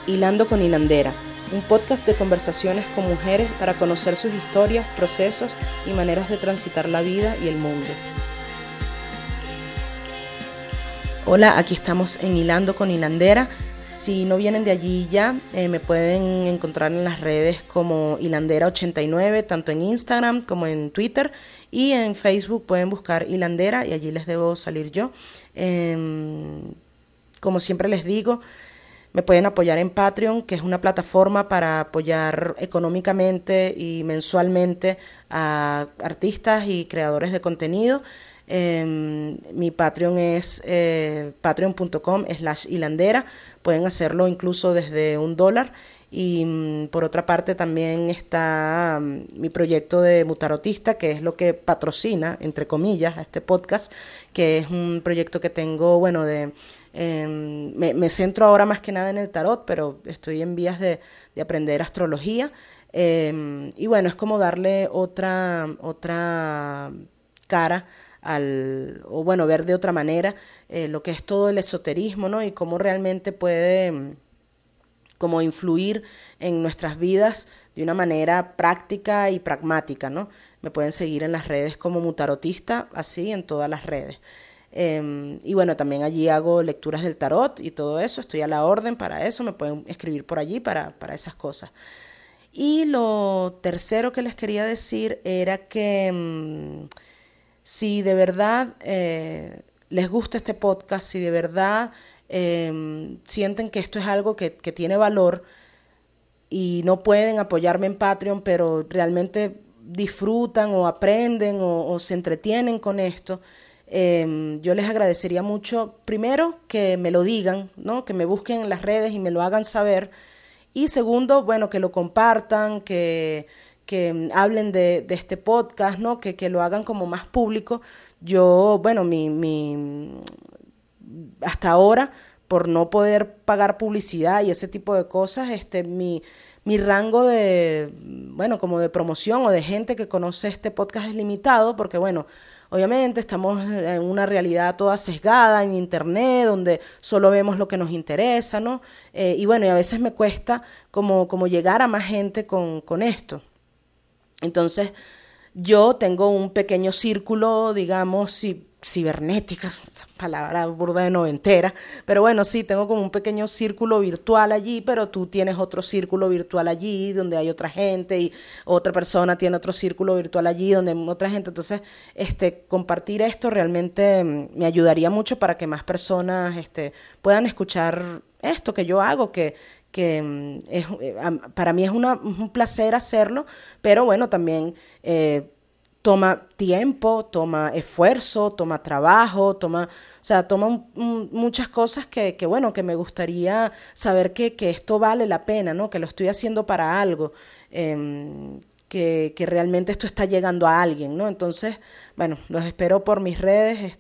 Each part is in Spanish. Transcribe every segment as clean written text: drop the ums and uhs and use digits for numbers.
Hilando con Hilandera, un podcast de conversaciones con mujeres para conocer sus historias, procesos y maneras de transitar la vida y el mundo. Hola, aquí estamos en Hilando con Hilandera. Si no vienen de allí ya, me pueden encontrar en las redes como Hilandera89, tanto en Instagram como en Twitter, y en Facebook pueden buscar Hilandera y allí les debo salir yo. Como siempre les digo, me pueden apoyar en Patreon, que es una plataforma para apoyar económicamente y mensualmente a artistas y creadores de contenido. Mi Patreon es patreon.com/hilandera. Pueden hacerlo incluso desde $1. Y por otra parte también está mi proyecto de Mutarotista, que es lo que patrocina, entre comillas, a este podcast, que es un proyecto que tengo, bueno, me centro ahora más que nada en el tarot, pero estoy en vías de aprender astrología. Y bueno, es como darle otra cara o bueno, ver de otra manera lo que es todo el esoterismo, ¿no? Y cómo realmente puede como influir en nuestras vidas de una manera práctica y pragmática, ¿no? Me pueden seguir en las redes como Mutarotista, así en todas las redes. Y bueno, también allí hago lecturas del tarot y todo eso, estoy a la orden para eso, me pueden escribir por allí para esas cosas. Y lo tercero que les quería decir era que si de verdad les gusta este podcast, si de verdad sienten que esto es algo que tiene valor y no pueden apoyarme en Patreon, pero realmente disfrutan o aprenden o se entretienen con esto, yo les agradecería mucho, primero, que me lo digan, ¿no? Que me busquen en las redes y me lo hagan saber. Y segundo, bueno, que lo compartan, que hablen de este podcast, ¿no? Que lo hagan como más público. Yo, bueno, hasta ahora, por no poder pagar publicidad y ese tipo de cosas, mi rango de, bueno, como de promoción o de gente que conoce este podcast es limitado, porque bueno, obviamente estamos en una realidad toda sesgada en internet, donde solo vemos lo que nos interesa, ¿no? Y bueno, y a veces me cuesta como llegar a más gente con esto. Entonces, yo tengo un pequeño círculo, digamos, cibernética, palabra burda de noventera, pero bueno, sí, tengo como un pequeño círculo virtual allí, pero tú tienes otro círculo virtual allí donde hay otra gente y otra persona tiene otro círculo virtual allí donde hay otra gente. Entonces, compartir esto realmente me ayudaría mucho para que más personas puedan escuchar esto que yo hago, que para mí es un placer hacerlo, pero bueno, también toma tiempo, toma esfuerzo, toma trabajo, toma muchas cosas que bueno, que me gustaría saber que esto vale la pena, ¿no? Que lo estoy haciendo para algo, que realmente esto está llegando a alguien, ¿no? Entonces, bueno, los espero por mis redes,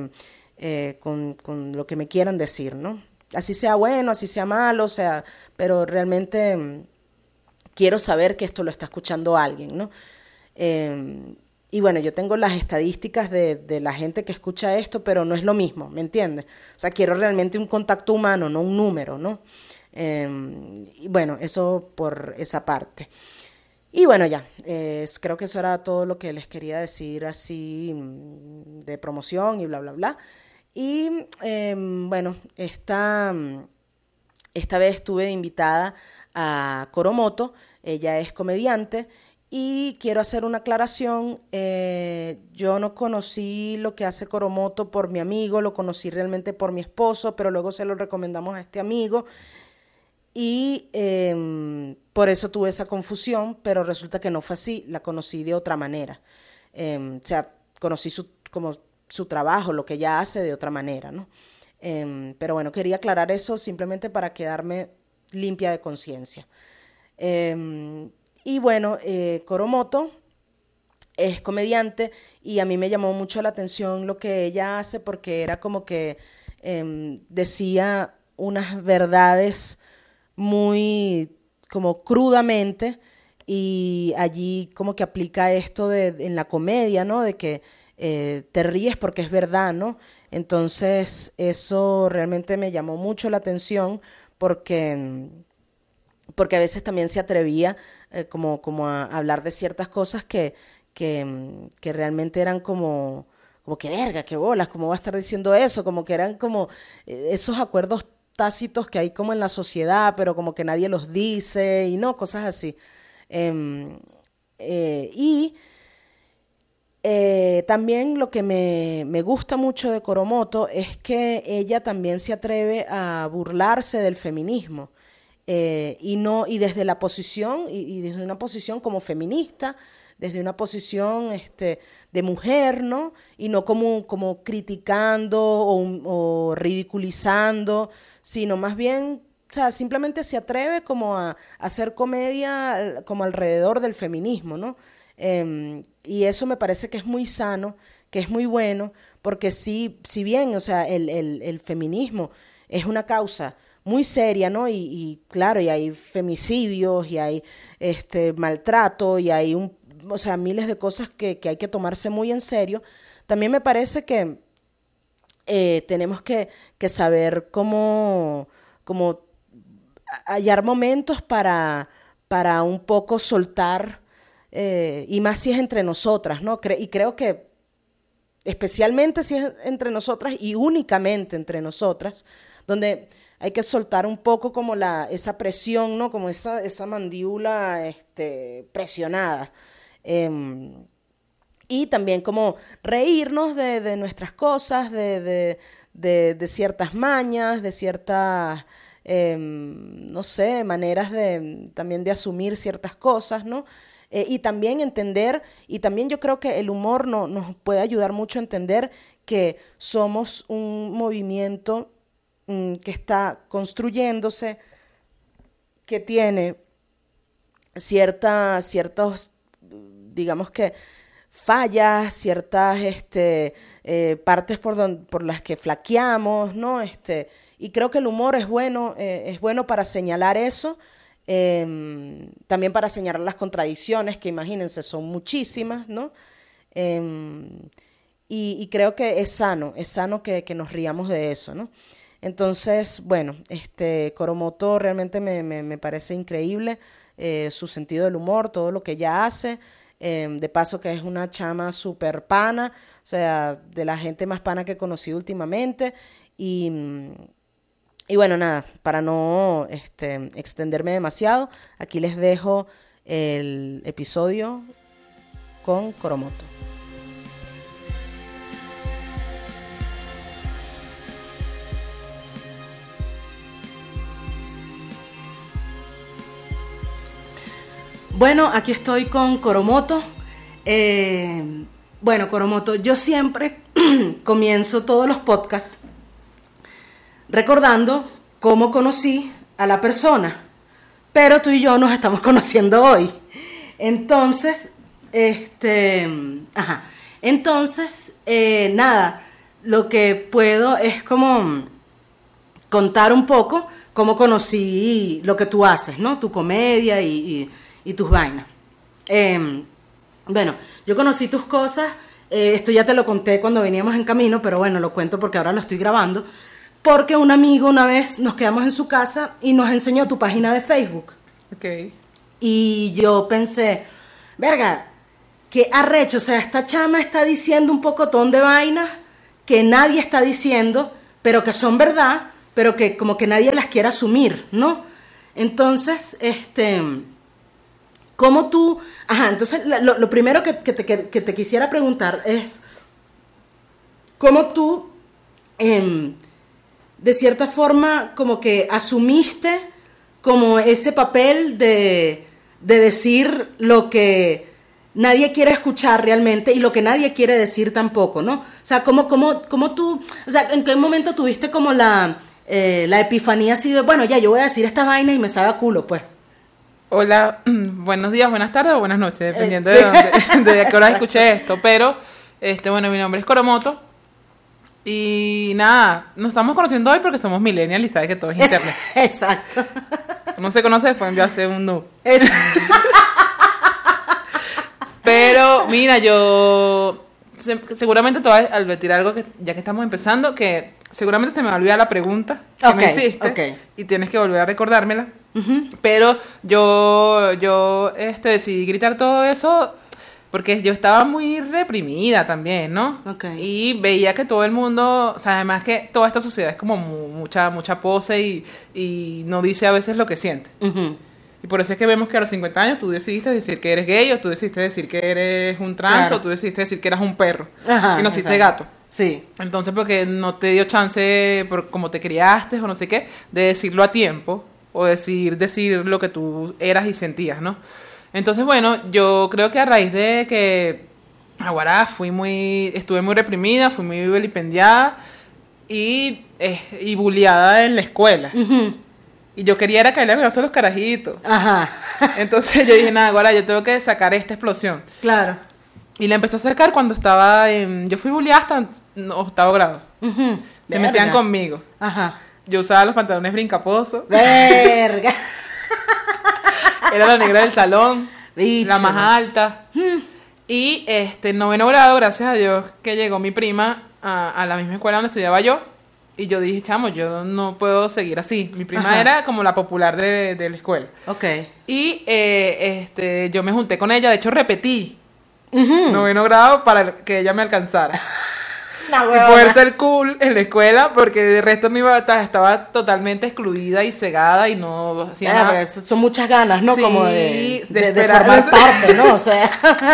con lo que me quieran decir, ¿no? Así sea bueno, así sea malo, o sea, pero realmente quiero saber que esto lo está escuchando alguien, ¿no? Y bueno, yo tengo las estadísticas de la gente que escucha esto, pero no es lo mismo, ¿me entiendes? O sea, quiero realmente un contacto humano, no un número, ¿no? Y bueno, eso por esa parte. Y bueno, ya, creo que eso era todo lo que les quería decir así de promoción y bla, bla, bla. Y bueno, esta vez estuve invitada a Coromoto, ella es comediante y quiero hacer una aclaración. Yo no conocí lo que hace Coromoto por mi amigo, lo conocí realmente por mi esposo, pero luego se lo recomendamos a este amigo y por eso tuve esa confusión, pero resulta que no fue así, la conocí de otra manera. O sea, conocí su trabajo, lo que ella hace de otra manera, ¿no? Pero bueno, quería aclarar eso simplemente para quedarme limpia de conciencia. Y bueno, Coromoto es comediante y a mí me llamó mucho la atención lo que ella hace porque era como que decía unas verdades muy como crudamente y allí como que aplica esto en la comedia, ¿no? De que te ríes porque es verdad, ¿no? Entonces eso realmente me llamó mucho la atención porque porque a veces también se atrevía como a hablar de ciertas cosas que realmente eran como que verga, qué bolas, cómo va a estar diciendo eso, como que eran como esos acuerdos tácitos que hay como en la sociedad, pero como que nadie los dice y no, cosas así. Em, y también lo que me gusta mucho de Coromoto es que ella también se atreve a burlarse del feminismo. Y desde la posición, y desde una posición como feminista, desde una posición de mujer, ¿no? Y no como criticando o ridiculizando, sino más bien, o sea, simplemente se atreve como a hacer comedia como alrededor del feminismo, ¿no? Y eso me parece que es muy sano, que es muy bueno, porque si bien, o sea, el feminismo es una causa muy seria, ¿no? Y claro, y hay femicidios, y hay maltrato, y hay o sea, miles de cosas que hay que tomarse muy en serio. También me parece que tenemos que saber cómo hallar momentos para un poco soltar, y más si es entre nosotras, ¿no? Y creo que especialmente si es entre nosotras y únicamente entre nosotras, donde hay que soltar un poco como esa presión, ¿no? Como esa mandíbula presionada. Eh, y también como reírnos de nuestras cosas, de ciertas mañas, de ciertas, no sé, maneras también de asumir ciertas cosas, ¿no? Y también entender, y también yo creo que el humor nos puede ayudar mucho a entender que somos un movimiento que está construyéndose, que tiene ciertos, digamos que fallas, ciertas partes por las que flaqueamos, ¿no? Y creo que el humor es bueno para señalar eso, también para señalar las contradicciones, que imagínense, son muchísimas, ¿no? Y creo que es sano que nos riamos de eso, ¿no? Entonces, bueno, Coromoto realmente me parece increíble, su sentido del humor, todo lo que ella hace. De paso que es una chama súper pana, o sea, de la gente más pana que he conocido últimamente. Y bueno, nada, para no extenderme demasiado, aquí les dejo el episodio con Coromoto. Bueno, aquí estoy con Coromoto. Bueno, Coromoto, yo siempre comienzo todos los podcasts recordando cómo conocí a la persona, pero tú y yo nos estamos conociendo hoy. Entonces, nada, lo que puedo es como contar un poco cómo conocí lo que tú haces, ¿no? Tu comedia y tus vainas. Bueno, yo conocí tus cosas, esto ya te lo conté cuando veníamos en camino, pero bueno, lo cuento porque ahora lo estoy grabando, porque un amigo una vez nos quedamos en su casa y nos enseñó tu página de Facebook. Ok. Y yo pensé, verga, qué arrecho, o sea, esta chama está diciendo un pocotón de vainas que nadie está diciendo, pero que son verdad, pero que como que nadie las quiere asumir, ¿no? Entonces, ¿cómo tú? Entonces lo primero que te quisiera preguntar es, ¿cómo tú, de cierta forma, como que asumiste como ese papel de decir lo que nadie quiere escuchar realmente y lo que nadie quiere decir tampoco, ¿no? O sea, ¿cómo tú, o sea, en qué momento tuviste como la epifanía así de, bueno, ya, yo voy a decir esta vaina y me sabe a culo, pues? Hola, buenos días, buenas tardes o buenas noches, dependiendo Sí. de qué hora escuché esto. Pero, bueno, mi nombre es Coromoto. Y nada, nos estamos conociendo hoy porque somos millennials y sabes que todo es internet. Exacto. No se conoce, después enviarse un noob. Pero, mira, yo seguramente te voy a advertir algo que ya que estamos empezando, que seguramente se me va a olvidar la pregunta que me hiciste. Okay. Y tienes que volver a recordármela. Pero yo decidí gritar todo eso porque yo estaba muy reprimida también, ¿no? Okay. Y veía que todo el mundo, o sea, además que toda esta sociedad es como mucha pose y no dice a veces lo que siente. Y por eso es que vemos que a los 50 años tú decidiste decir que eres gay, o tú decidiste decir que eres un trans, Claro. o tú decidiste decir que eras un perro. Ajá, y naciste exacto. gato. Sí. Entonces, porque no te dio chance, por como te criaste o no sé qué, de decirlo a tiempo, o decir lo que tú eras y sentías, ¿no? Entonces, bueno, yo creo que a raíz de que ahora estuve muy reprimida, fui muy vilipendiada y bulliada en la escuela. Y yo quería era caerle a los carajitos. Ajá. Entonces yo dije, nada, ahora yo tengo que sacar esta explosión. Claro. Y la empecé a sacar cuando estaba yo fui bulliada hasta octavo grado. Se metían conmigo. Ajá. Yo usaba los pantalones brincaposos. Verga. Era la negra del salón. Bicho. La más alta. Y en noveno grado, gracias a Dios, que llegó mi prima a la misma escuela donde estudiaba yo. Y yo dije, chamo, yo no puedo seguir así. Mi prima era como la popular de la escuela. Ok. Y yo me junté con ella. De hecho, repetí noveno grado para que ella me alcanzara. Y poder ser cool en la escuela, porque de resto estaba totalmente excluida y cegada y no hacía nada. Pero son muchas ganas, ¿no? Sí, como de esperar. formar parte, ¿no? O sea.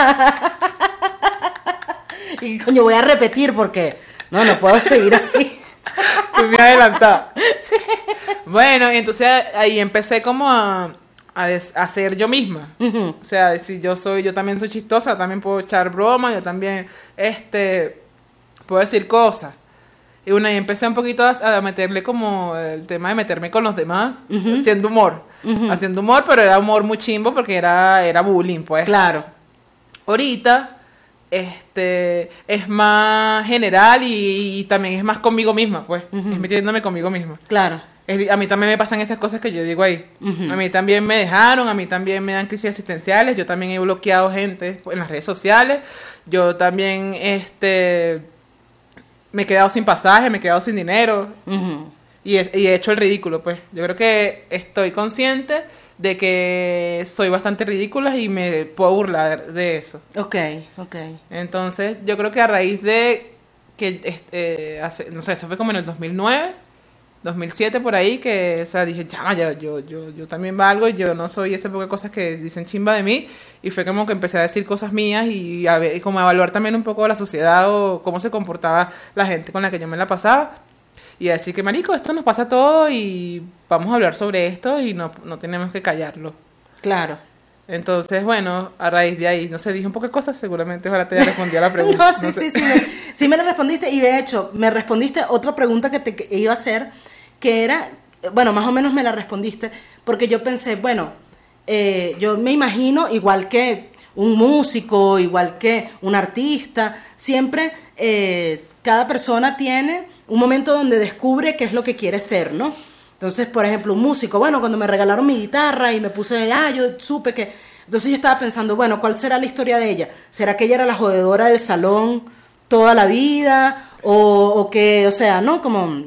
Y coño, voy a repetir porque no puedo seguir así. Fui muy adelantada. Sí. Bueno, y entonces ahí empecé como a ser yo misma. O sea, si yo también soy chistosa, yo también puedo echar bromas, yo también puedo decir cosas. Y bueno, ahí empecé un poquito a meterle como el tema de meterme con los demás, haciendo humor. Haciendo humor, pero era humor muy chimbo porque era bullying, pues. Claro. Ahorita, es más general y también es más conmigo misma, pues. Es metiéndome conmigo misma. Claro. A mí también me pasan esas cosas que yo digo ahí. A mí también me dejaron, a mí también me dan crisis existenciales, yo también he bloqueado gente en las redes sociales, yo también, me he quedado sin pasaje, me he quedado sin dinero y he hecho el ridículo, pues. Yo creo que estoy consciente de que soy bastante ridícula y me puedo burlar de eso. Ok. Entonces, yo creo que a raíz de que, no sé, eso fue como en el 2009, 2007 por ahí, que, o sea, dije, yo también valgo y yo no soy ese poco de cosas que dicen chimba de mí, y fue como que empecé a decir cosas mías y como a evaluar también un poco la sociedad o cómo se comportaba la gente con la que yo me la pasaba, y a decir que, marico, esto nos pasa a todos y vamos a hablar sobre esto y no tenemos que callarlo. Claro. Entonces, bueno, a raíz de ahí, no sé, dije un poco de cosas, seguramente ojalá te haya respondido a la pregunta. Sí me la respondiste, y de hecho, me respondiste otra pregunta que te iba a hacer, que era, bueno, más o menos me la respondiste, porque yo pensé, bueno, yo me imagino, igual que un músico, igual que un artista, siempre cada persona tiene un momento donde descubre qué es lo que quiere ser, ¿no? Entonces, por ejemplo, un músico, bueno, cuando me regalaron mi guitarra y me puse, yo supe que... Entonces yo estaba pensando, bueno, ¿cuál será la historia de ella? ¿Será que ella era la jodedora del salón toda la vida? O que, o sea, ¿no? Como,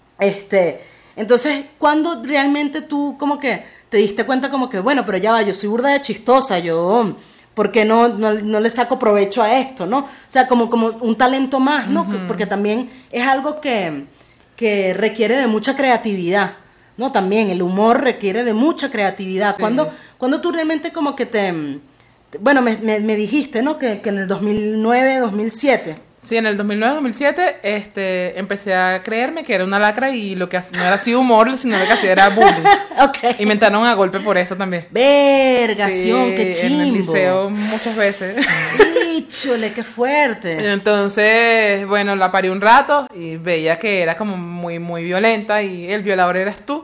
Entonces, ¿cuándo realmente tú como que te diste cuenta como que, bueno, pero ya va, yo soy burda de chistosa, ¿por qué no le saco provecho a esto, no? O sea, como un talento más, ¿no? Porque también es algo que requiere de mucha creatividad, ¿no? También el humor requiere de mucha creatividad. Sí. Cuando tú realmente como que bueno, me dijiste, ¿no? Que en el 2009, 2007. Sí, en el 2009-2007 empecé a creerme que era una lacra y lo que hacía no era así humor, sino lo que hacía era bullying. Okay. Y me entraron a golpe por eso también. Vergación, sí, qué chimbo. En el liceo muchas veces. Híjole, qué fuerte. Entonces, bueno, la parí un rato y veía que era como muy, muy violenta y el violador eras tú.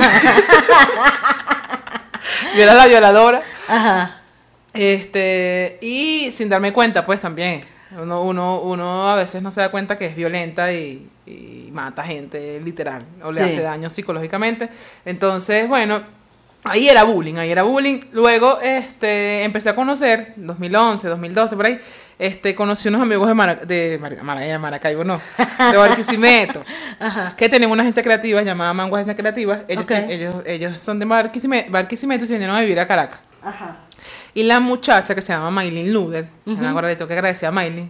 Yo era la violadora. Ajá. Y sin darme cuenta, pues también. Uno a veces no se da cuenta que es violenta y mata gente, literal, o le hace daño psicológicamente. Entonces, bueno, Ahí era bullying, ahí era bullying. Luego, empecé a conocer, 2011, 2012, por ahí, conocí unos amigos de Maracaibo, no, de Barquisimeto, que tenían una agencia creativa llamada Mango Agencia Creativa. Ellos son de Barquisimeto y se vinieron a vivir a Caracas. Ajá. Y la muchacha que se llama Maylin Luder, ahora le tengo que agradecer a Maylin,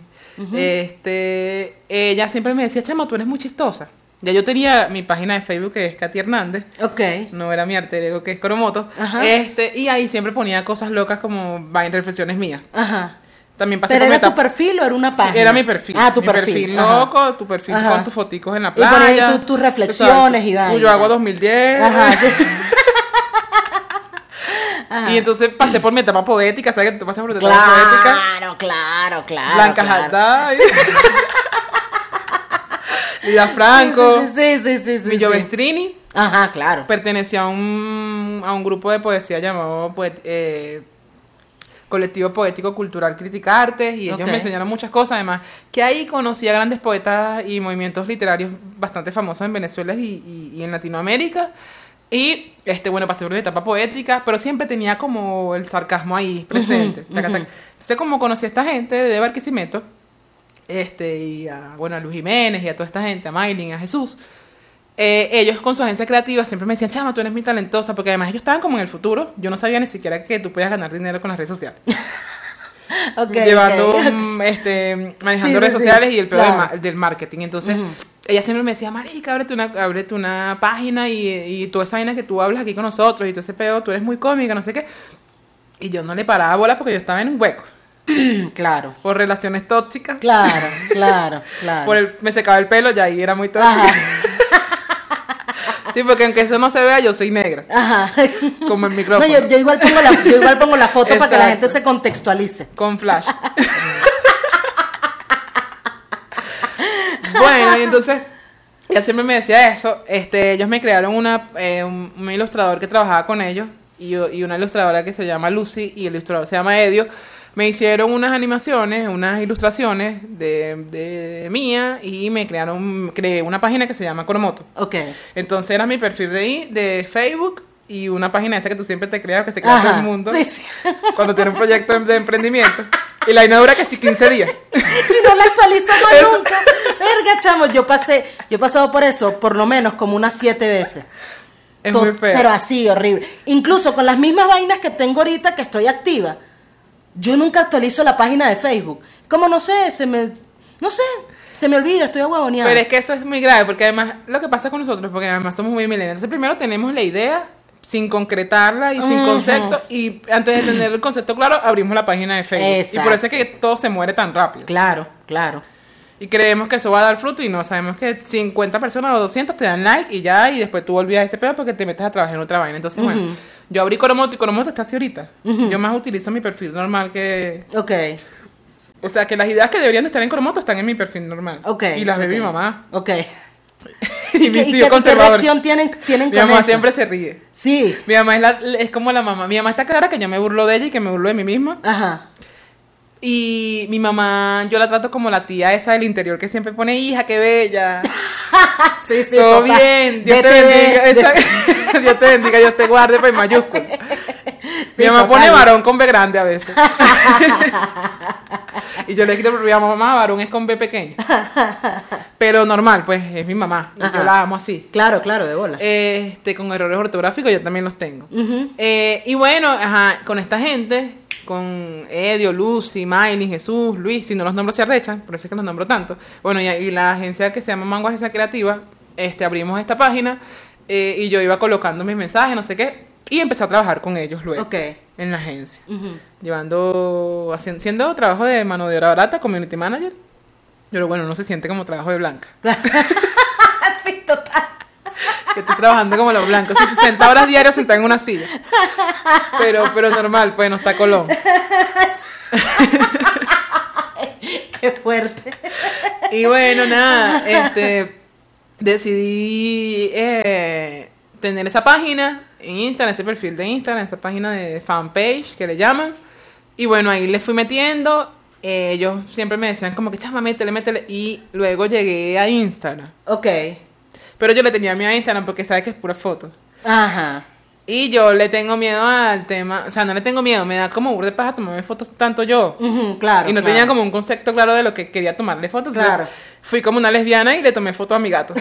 ella siempre me decía, chamo, tú eres muy chistosa. Ya yo tenía mi página de Facebook que es Katy Hernández. Ok. No era mi alter ego que es Coromoto. Ajá. Y ahí siempre ponía cosas locas como reflexiones mías. Ajá. También pasé ¿Pero por era tu perfil o era una página? Sí, era mi perfil. Ah, tu mi perfil. loco, tu perfil con tus foticos en la Y por playa. ahí tus reflexiones y vainas. Yo hago 2010. Ajá, sí. Ajá. Y entonces pasé por mi etapa poética. ¿Sabes que tú pasas por tu etapa poética? Claro. Blanca Haddad. Lida Franco. Sí. Millo Bestrini. Ajá, claro. Pertenecía a un grupo de poesía llamado Colectivo Poético Cultural Criticartes, y ellos me enseñaron muchas cosas. Además que ahí conocí a grandes poetas y movimientos literarios bastante famosos en Venezuela y en Latinoamérica. Y pasé por una etapa poética, pero siempre tenía como el sarcasmo ahí presente. Entonces, como conocí a esta gente de Barquisimeto, y a Luis Jiménez y a toda esta gente, a Maylin, a Jesús, ellos con su agencia creativa siempre me decían, chama, tú eres muy talentosa, porque además ellos estaban como en el futuro. Yo no sabía ni siquiera que tú podías ganar dinero con las redes sociales. Manejando redes sociales y el peor del marketing. Entonces, ella siempre me decía, marica, ábrete una página y toda esa vaina que tú hablas aquí con nosotros y todo ese pedo, tú eres muy cómica, no sé qué. Y yo no le paraba bola porque yo estaba en un hueco. Claro. Por relaciones tóxicas. Claro. Me secaba el pelo, ya ahí era muy tóxica. Sí, porque aunque eso no se vea, yo soy negra. Ajá. Como el micrófono. No, yo igual pongo la foto para que la gente se contextualice. Con flash. Bueno, y entonces, ella siempre me decía eso. Ellos me crearon un ilustrador que trabajaba con ellos y una ilustradora que se llama Lucy y el ilustrador se llama Edio. Me hicieron unas animaciones, unas ilustraciones de mía y creé una página que se llama Coromoto. Ok. Entonces era mi perfil de Facebook y una página esa que tú siempre te creas, que se crea todo el mundo. Sí. Cuando tiene un proyecto de emprendimiento. Y la vaina dura que sí 15 días. Y no la actualizamos nunca. Verga, chamo, yo he pasado por eso por lo menos como unas 7 veces. Es muy feo. Pero así, horrible. Incluso con las mismas vainas que tengo ahorita que estoy activa. Yo nunca actualizo la página de Facebook. Como no sé, se me olvida, estoy aguaboneada. Pero es que eso es muy grave, porque además lo que pasa con nosotros, porque además somos muy millennials. Entonces primero tenemos la idea sin concretarla y sin concepto, y antes de tener el concepto claro, abrimos la página de Facebook. Exacto. Y por eso es que todo se muere tan rápido. Claro. Y creemos que eso va a dar fruto y no, sabemos que 50 personas o 200 te dan like y ya, y después tú olvidas ese pedo porque te metes a trabajar en otra vaina. Entonces, bueno, yo abrí Coromoto y Coromoto está así ahorita. Yo más utilizo mi perfil normal que... Ok. O sea, que las ideas que deberían de estar en Coromoto están en mi perfil normal. Ok. Y las ve mi mamá. Ok. Y mi tío ¿Qué conservador. reacción tienen con Mi mamá eso? siempre se ríe. Sí. Mi mamá es como la mamá. Mi mamá está clara que yo me burlo de ella y que me burlo de mí misma. Ajá. Y mi mamá, yo la trato como la tía esa del interior que siempre pone, hija, qué bella. Sí, todo papá. bien, Dios te bendiga. Dios te bendiga, Dios te guarde, pues mayúscula. Sí, mi mamá papá, pone varón con B grande a veces. Y yo le escribo, mi mamá, varón es con B pequeño. Pero normal, pues es mi mamá. Y yo la amo así. Claro, de bola. Con errores ortográficos yo también los tengo. Y bueno, con esta gente, con Edio, Lucy, Miley, Jesús, Luis, si no los nombro se arrechan, por eso es que los nombro tanto. Bueno, y la agencia que se llama Mango Agencia Creativa, abrimos esta página y yo iba colocando mis mensajes, no sé qué, y empecé a trabajar con ellos luego en la agencia, haciendo trabajo de mano de obra barata, community manager, pero bueno, no se siente como trabajo de blanca. Sí, total. Que estoy trabajando como los blancos, 60 horas diarias sentada en una silla. Pero normal, pues no está Colón. Qué fuerte. Y bueno, nada, decidí tener esa página en Instagram, este perfil de Instagram, esa página de fanpage que le llaman. Y bueno, ahí le fui metiendo. Ellos siempre me decían como que chama, métele. Y luego llegué a Instagram. Ok. Pero yo le tenía miedo a Instagram porque sabe que es pura foto. Ajá. Y yo le tengo miedo al tema, o sea, no le tengo miedo, me da como burda de paja tomarme fotos tanto yo. Claro. Y no claro. tenía como un concepto claro de lo que quería tomarle fotos. Claro. Entonces, fui como una lesbiana y le tomé fotos a mi gato.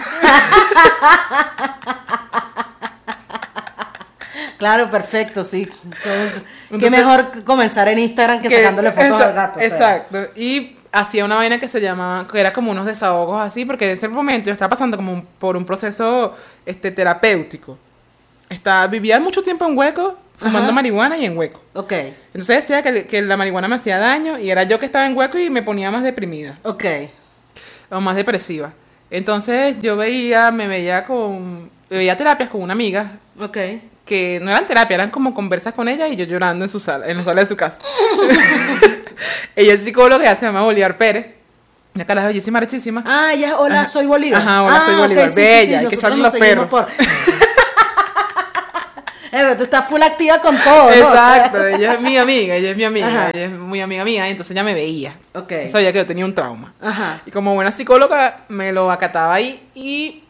Claro, perfecto, sí. Qué Entonces, mejor comenzar en Instagram que sacándole fotos al gato. O sea. Exacto. Y hacía una vaina que se llamaba, que era como unos desahogos así, porque en ese momento yo estaba pasando como por un proceso terapéutico. Vivía mucho tiempo en Hueco, fumando marihuana y en Hueco. Ok, Entonces decía que la marihuana me hacía daño y era yo que estaba en Hueco y me ponía más deprimida ok. o más depresiva. Entonces yo veía terapias con una amiga Ok. que no eran terapia, eran como conversas con ella y yo llorando en su sala, en la sala de su casa. Ella es psicóloga, ella se llama Bolívar Pérez. Una cara bellísima, rechísima. Ah, ella es Hola, Ajá. soy Bolívar. Ajá, Hola, soy Bolívar. ok, Bella, hay que nosotros echarle nos los perros. seguimos pero tú estás full activa con todo, ¿no? Exacto, O sea. ella es mi amiga, Ajá. ella es muy amiga mía, entonces ella me veía. Ok. Sabía que yo tenía un trauma. Ajá. Y como buena psicóloga me lo acataba ahí y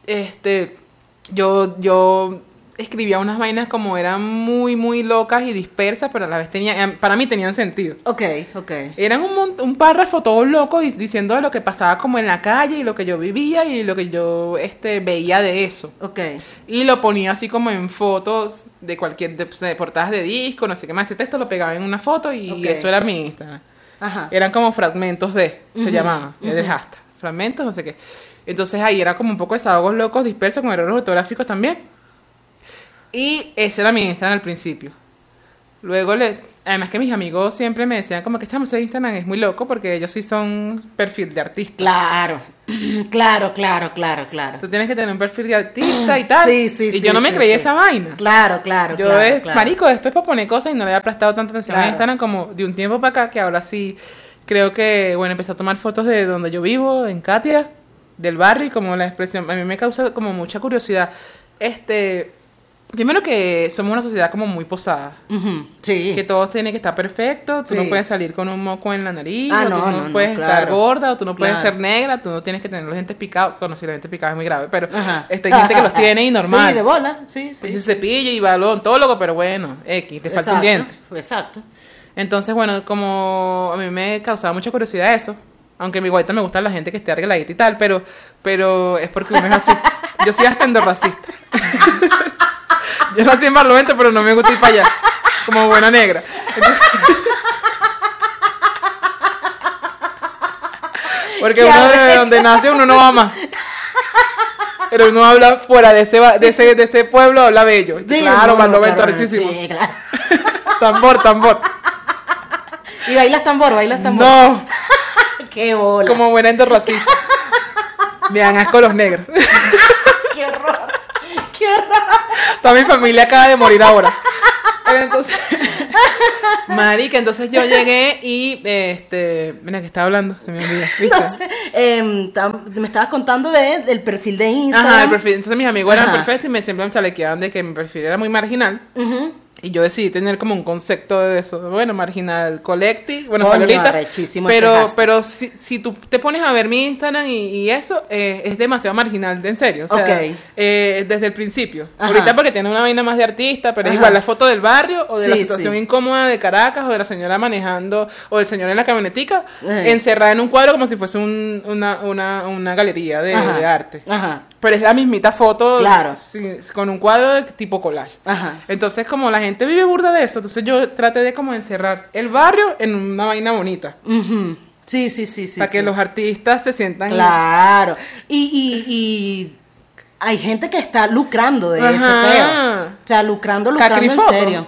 yo escribía unas vainas como eran muy, muy locas y dispersas, pero a la vez para mí tenían sentido. Ok, ok. Eran un párrafo todo loco diciendo de lo que pasaba como en la calle y lo que yo vivía y lo que yo veía de eso. Ok. Y lo ponía así como en fotos de de portadas de disco, no sé qué más. Ese texto lo pegaba en una foto y Ok. eso era mi Instagram. Ajá. Eran como fragmentos se llamaba, ujú. era el hashtag. Fragmentos, no sé qué. Entonces ahí era como un poco desahogos locos dispersos con errores ortográficos también. Y ese era mi Instagram al principio. Luego, además que mis amigos siempre me decían como que ese Instagram es muy loco porque ellos sí son perfil de artista. Claro. Claro. Tú tienes que tener un perfil de artista y tal. Sí, y yo no me sí, creía sí. esa vaina. Claro. Yo claro. marico, esto es para poner cosas y no le había prestado tanta atención a Claro. Instagram como de un tiempo para acá, que ahora sí creo que, bueno, empecé a tomar fotos de donde yo vivo, en Katia, del barrio, y como la expresión, a mí me causa como mucha curiosidad. Primero que somos una sociedad como muy posada. Ujú, sí. Que todo tiene que estar perfecto, tú Sí. no puedes salir con un moco en la nariz, Ah, o tú no, no, no, puedes no, estar claro. gorda, o tú no puedes Claro. ser negra, tú no tienes que tener los dientes picados. Bueno, si los dientes picados es muy grave, pero Ajá. hay gente que los tiene y normal. Sí, de bola. Sí. Y se cepilla y va al odontólogo, pero bueno, X, te falta un diente. Exacto. Entonces, bueno, como a mí me causaba mucha curiosidad eso, aunque mi guaita me gusta la gente que esté arregladita y tal, pero es porque uno es así. Yo soy hasta endorracista. Yo nací en Barlovento, pero no me gusta ir para allá, como buena negra. Entonces, porque Qué uno de arrecho. donde nace uno no va más. Pero uno habla fuera de ese pueblo, habla bello. Sí, Claro, no, Barlovento, claro, arrechísimo. Sí, claro. Tambor. ¿Y bailas tambor? No, Qué bola. como buena endorracista. Me dan asco los negros. Qué horror. Qué horror. Toda mi familia acaba de morir ahora. Pero entonces, marica, entonces yo llegué y, mira, que estaba hablando, se me olvidó, ¿viste? No sé, me estabas contando del perfil de Instagram. Ajá, el perfil. Entonces mis amigos eran Ajá. perfectos y siempre me chalequeaban de que mi perfil era muy marginal. Ujú. Y yo decidí tener como un concepto de eso. Bueno, marginal collective. Bueno, Coño, saludita. arrechísimo ese hashtag. Pero si tú te pones a ver mi Instagram y eso, es demasiado marginal, en serio. O sea, Ok. Desde el principio. Ajá. Ahorita porque tiene una vaina más de artista, pero es Ajá. igual la foto del barrio o de la Sí, situación sí. incómoda de Caracas o de la señora manejando o del señor en la camionetica, Ajá. encerrada en un cuadro como si fuese una galería de arte. Ajá. Pero es la mismita foto Claro. con un cuadro de tipo collage. Ajá. Entonces, como la gente vive burda de eso, entonces yo traté de como encerrar el barrio en una vaina bonita. Ujú. Sí. Para que sí. los artistas se sientan... Claro. Y hay gente que está lucrando de ese Ajá. peo. O sea, lucrando en Cacrifoto. serio.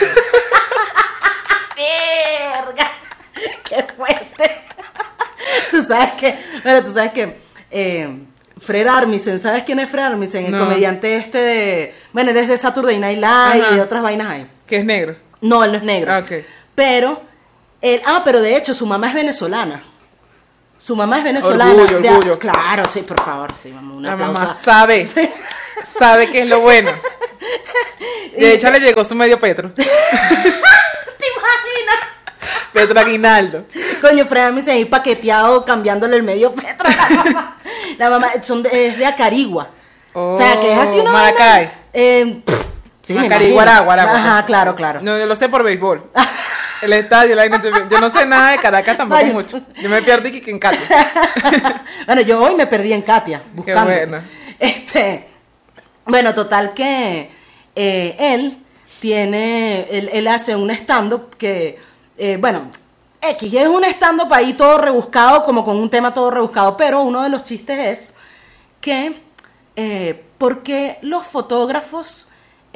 ¡Verga! ¡Qué fuerte! Tú sabes que Fred Armisen, ¿sabes quién es Fred Armisen? El No. comediante bueno, él es de Saturday Night Live Ajá. y de otras vainas ahí. Que es negro. No, él no es negro. Ah, ok. Pero de hecho su mamá es venezolana. Su mamá es venezolana. Orgullo. Claro, sí, por favor, sí, mamá, un La aplauso. mamá sabe. Sabe que es lo bueno. De hecho, le llegó su medio Petro. ¿Te imaginas? Petro Aguinaldo. Coño, Fred Armisen ahí paqueteado, cambiándole el medio Petra a la mamá. La mamá es de Acarigua. O sea, que es así una Maracay. vaina, Sí, me Guará. Ajá, claro. No, yo lo sé por béisbol. El estadio, yo no sé nada de Caracas tampoco mucho. Yo me perdí que en Katia. Bueno, yo hoy me perdí en Katia, buscando. Qué bueno. Bueno, total que él hace un stand-up que, bueno, es un stand-up ahí todo rebuscado, como con un tema todo rebuscado, pero uno de los chistes es que, ¿por qué los fotógrafos,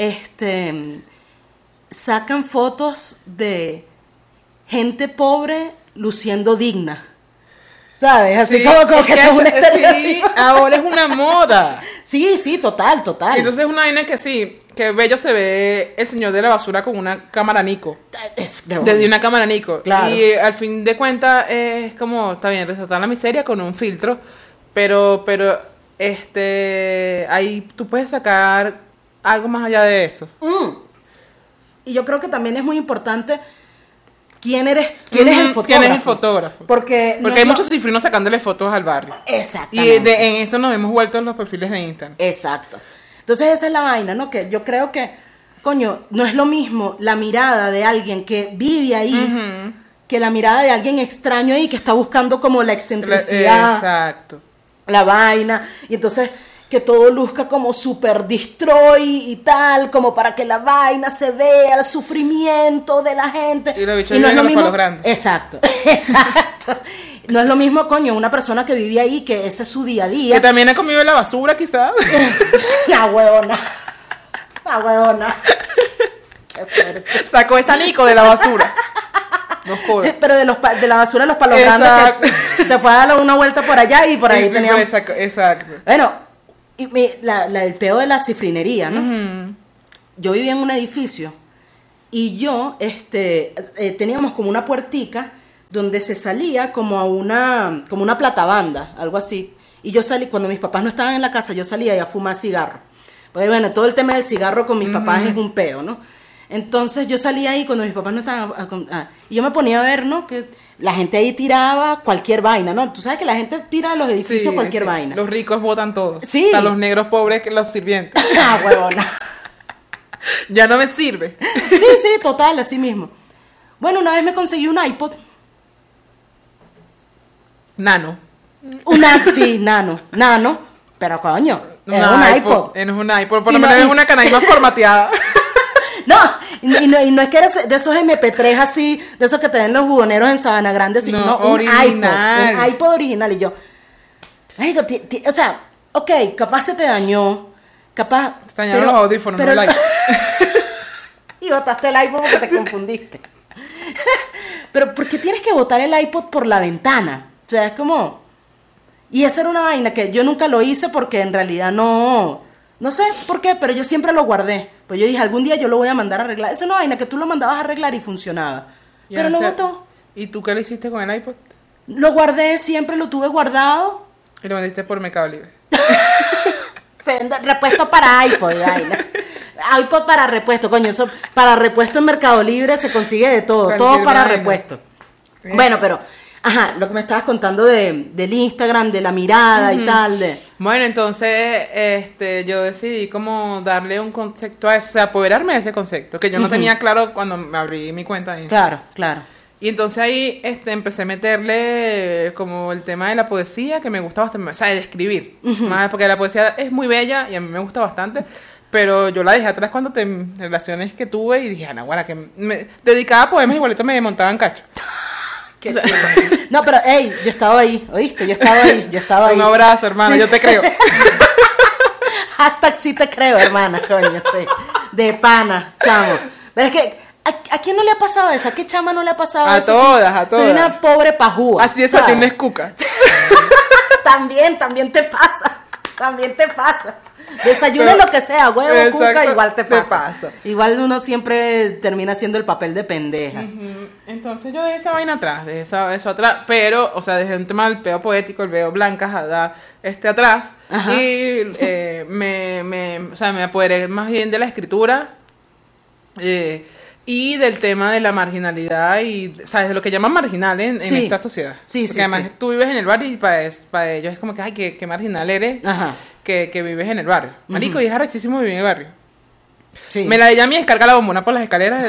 sacan fotos de gente pobre luciendo digna? ¿Sabes? Así Sí, como que es un estereotipo. Sí, ahora es una moda. Sí, total. Entonces es una vaina que sí, que bello se ve el señor de la basura con una cámara Nico. Desde una cámara Nico. Claro. Y al fin de cuentas es como, está bien, resaltar la miseria con un filtro, pero ahí tú puedes sacar algo más allá de eso. Y yo creo que también es muy importante quién es el fotógrafo. ¿Quién es el fotógrafo? Porque hay muchos cifrinos sacándole fotos al barrio. Exactamente. Y en eso nos hemos vuelto en los perfiles de Instagram. Exacto. Entonces esa es la vaina, ¿no? Que yo creo que, coño, no es lo mismo la mirada de alguien que vive ahí que la mirada de alguien extraño ahí que está buscando como la excentricidad. Exacto. La vaina. Y entonces que todo luzca como super destroy y tal, como para que la vaina se vea, el sufrimiento de la gente. Y los bichos no es lo los mismo. palos grandes. Exacto. No es lo mismo, coño, una persona que vive ahí, que ese es su día a día. Que también ha comido la basura, quizás. La huevona. Qué fuerte. Sacó esa Nico de la basura. No jodas. Sí, pero de la basura de los palos grandes, que se fue a dar una vuelta por allá y por ahí teníamos. Exacto. Bueno, y el peo de la cifrinería, ¿no? Yo vivía en un edificio y yo teníamos como una puertica donde se salía como a una platabanda, algo así. Y yo salí, cuando mis papás no estaban en la casa, yo salía a fumar cigarro. Porque bueno, todo el tema del cigarro con mis papás es un peo, ¿no? Entonces yo salía ahí cuando mis papás no estaban, y yo me ponía a ver, ¿no? Que la gente ahí tiraba cualquier vaina, ¿no? Tú sabes que la gente tira a los edificios cualquier vaina. Los ricos botan todo. Sí. Hasta los negros pobres que los sirvientes. Huevona. Ya no me sirve. Sí, total, así mismo. Bueno, una vez me conseguí un iPod. Nano. Nano. Pero coño, era un iPod. Es un iPod, por lo menos es una canaima formateada. No, y no es que eres de esos MP3 así, de esos que te ven los buhoneros en Sabana Grande, sino un iPod original. Y yo, marico, o sea, ok, capaz se te dañó, capaz... Te dañaron los audífonos, no el iPod. Y botaste el iPod porque te confundiste. Pero ¿por qué tienes que botar el iPod por la ventana? O sea, es como... Y esa era una vaina que yo nunca lo hice porque en realidad no sé por qué, pero yo siempre lo guardé. Pues yo dije, algún día yo lo voy a mandar a arreglar. Eso es una vaina que tú lo mandabas a arreglar y funcionaba. Pero lo botó. ¿Y tú qué le hiciste con el iPod? Lo guardé, siempre lo tuve guardado. Y lo vendiste por Mercado Libre. Se vende repuesto para iPod, vaina. iPod para repuesto, coño, eso para repuesto en Mercado Libre se consigue de todo, todo para repuesto. Bueno, pero, lo que me estabas contando del Instagram, de la mirada y tal. Bueno, entonces yo decidí como darle un concepto a eso, o sea, apoderarme de ese concepto, que yo no tenía claro cuando me abrí mi cuenta de Instagram. Claro. Y entonces ahí empecé a meterle como el tema de la poesía, que me gusta bastante, o sea, de escribir, más porque la poesía es muy bella y a mí me gusta bastante. Pero yo la dejé atrás cuando relaciones que tuve y dije, Anaguara, que me dedicaba a poemas igualito me montaban cacho. Qué chido. No, pero, hey, yo estaba ahí, ¿oíste? Yo estaba ahí. Un abrazo, hermana, sí, yo te creo. Hashtag sí te creo, hermana, coño, sí. De pana, chamo. Pero es que, ¿a quién no le ha pasado eso? ¿A qué chama no le ha pasado eso? A todas. Soy una pobre pajúa. Así es, una escuca. También te pasa. Desayuna lo que sea, huevo, exacto, cuca, igual te pasa. Igual uno siempre termina haciendo el papel de pendeja. Entonces yo dejé esa vaina atrás, eso atrás, pero, o sea, dejé un tema del peo poético, el veo blancas atrás. Ajá. Y o sea, me apoderé más bien de la escritura y del tema de la marginalidad y, ¿sabes? De lo que llaman marginal en esta sociedad. Sí, porque además tú vives en el barrio y para ellos es como que, ay, qué marginal eres. Ajá. Que vives en el barrio. Marico, y es arrechísimo vivir en el barrio. Sí. Me la de Yami descarga la bombona por las escaleras.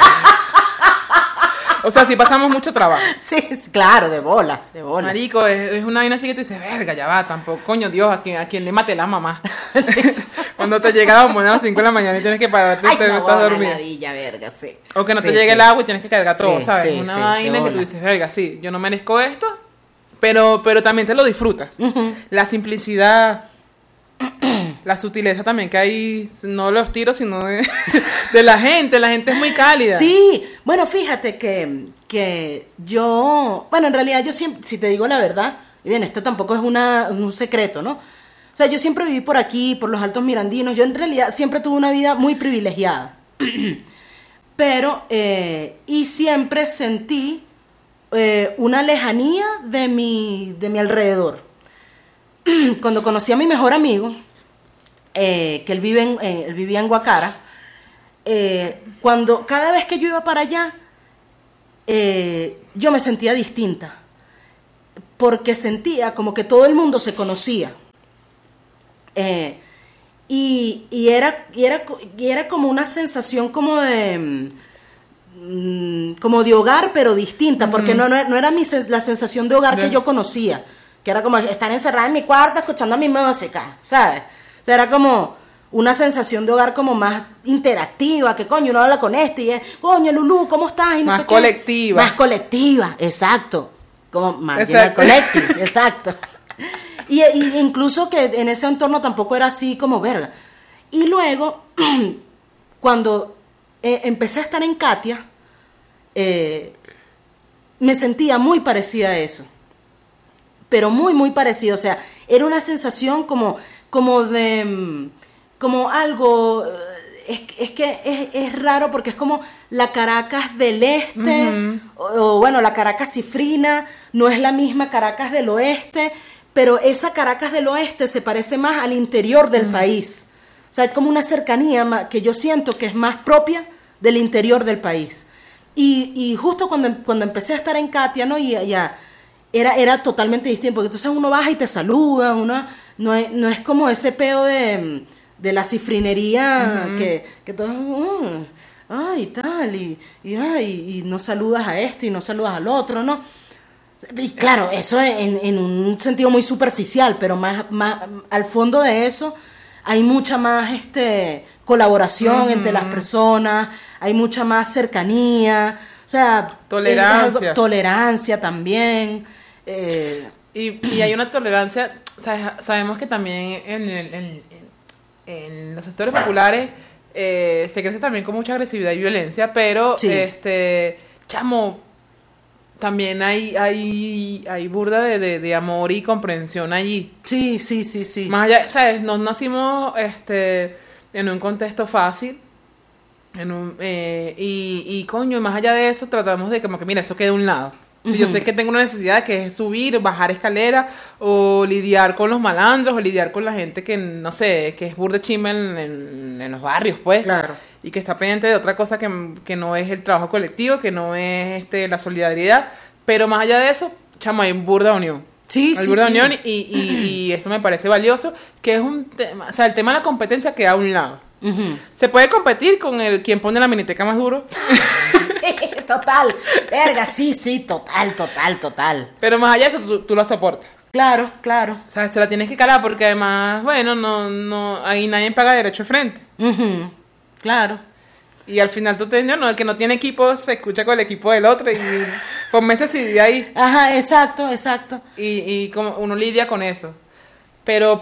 O sea, sí pasamos mucho trabajo. Sí, claro, de bola. Marico, es una vaina así que tú dices, verga, ya va, tampoco, coño, Dios, a quien le mate la mamá. Sí. Cuando te llega la bombona a las 5 de la mañana y tienes que pararte y estás dormido. Verga, sí. O que no te Sí, llegue sí. el agua y tienes que cargar todo, Sí, ¿sabes? sí, Una sí, vaina de que tú bola. dices, verga, sí, yo no merezco esto, pero también te lo disfrutas. La simplicidad, la sutileza también que hay, no de los tiros, sino de la gente. La gente es muy cálida. Sí, bueno, fíjate que yo, bueno, en realidad yo siempre, si te digo la verdad, y bien, esto tampoco es un secreto, ¿no? O sea, yo siempre viví por aquí, por los Altos Mirandinos, yo en realidad siempre tuve una vida muy privilegiada, pero, y siempre sentí una lejanía de mi alrededor. Cuando conocí a mi mejor amigo, que él vivía en Guacara, cada vez que yo iba para allá, yo me sentía distinta, porque sentía como que todo el mundo se conocía, y era como una sensación como de hogar, pero distinta, porque no era la sensación de hogar que yo conocía, que era como estar encerrada en mi cuarto escuchando mi música, ¿sabes? O sea, era como una sensación de hogar como más interactiva, que coño, uno habla con y es, coño, Lulú, ¿cómo estás? Y no Más sé qué. colectiva. Más colectiva, exacto. Como más Exacto. colectivo, exacto. Y incluso que en ese entorno tampoco era así como verga. Y luego, cuando empecé a estar en Katia, me sentía muy parecida a eso. Pero muy, muy parecida. O sea, era una sensación como algo, es que es raro porque es como la Caracas del este, o bueno, la Caracas cifrina, no es la misma Caracas del oeste, pero esa Caracas del oeste se parece más al interior del país. O sea, es como una cercanía que yo siento que es más propia del interior del país. Y justo cuando empecé a estar en Katia, ¿no? Y ya era totalmente distinto, porque entonces uno baja y te saluda, no es como ese peo de la cifrinería que todo ay tal y no saludas a este y no saludas al otro, ¿no? Y claro, eso en un sentido muy superficial, pero más al fondo de eso hay mucha más colaboración entre las personas, hay mucha más cercanía, o sea, tolerancia también. Y hay una tolerancia, sabemos que también en los sectores populares se crece también con mucha agresividad y violencia, pero Sí. chamo, también hay burda de amor y comprensión allí. Sí. Más allá, ¿sabes? Nos nacimos en un contexto fácil. Y coño, más allá de eso, tratamos de como que, mira, eso queda a un lado. Si yo sé que tengo una necesidad que es subir, bajar escalera, o lidiar con los malandros, o lidiar con la gente que, no sé, que es burda chimba en los barrios, pues. Claro. Y que está pendiente de otra cosa que no es el trabajo colectivo, que no es la solidaridad. Pero más allá de eso, chamo, hay burda unión. Sí. Unión y esto me parece valioso, que es un tema, o sea, el tema de la competencia queda a un lado. Se puede competir con quien pone la miniteca más duro. Sí, total. Verga, sí, total. Pero más allá de eso, tú lo soportas. Claro. O sea, se la tienes que calar porque además, bueno, no ahí nadie paga derecho de frente. Claro. Y al final tú te dices, no, el que no tiene equipo se escucha con el equipo del otro y por meses sigue ahí. Ajá, exacto. Y como uno lidia con eso. Pero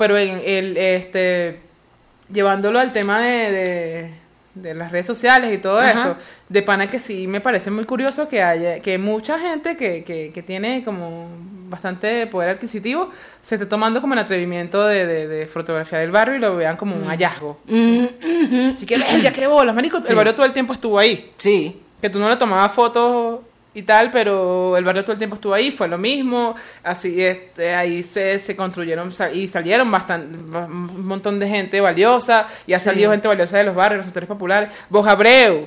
llevándolo al tema de las redes sociales y todo eso, de pana que sí me parece muy curioso que mucha gente que tiene como bastante poder adquisitivo se esté tomando como el atrevimiento de fotografiar el barrio y lo vean como un hallazgo. Así que, ya qué bolas, marico, el barrio todo el tiempo estuvo ahí. Sí. Que tú no le tomabas fotos y tal, pero el barrio todo el tiempo estuvo ahí, fue lo mismo, así ahí se construyeron y salieron un montón de gente valiosa, y ha salido gente valiosa de los barrios, los sectores populares. Bob Abreu.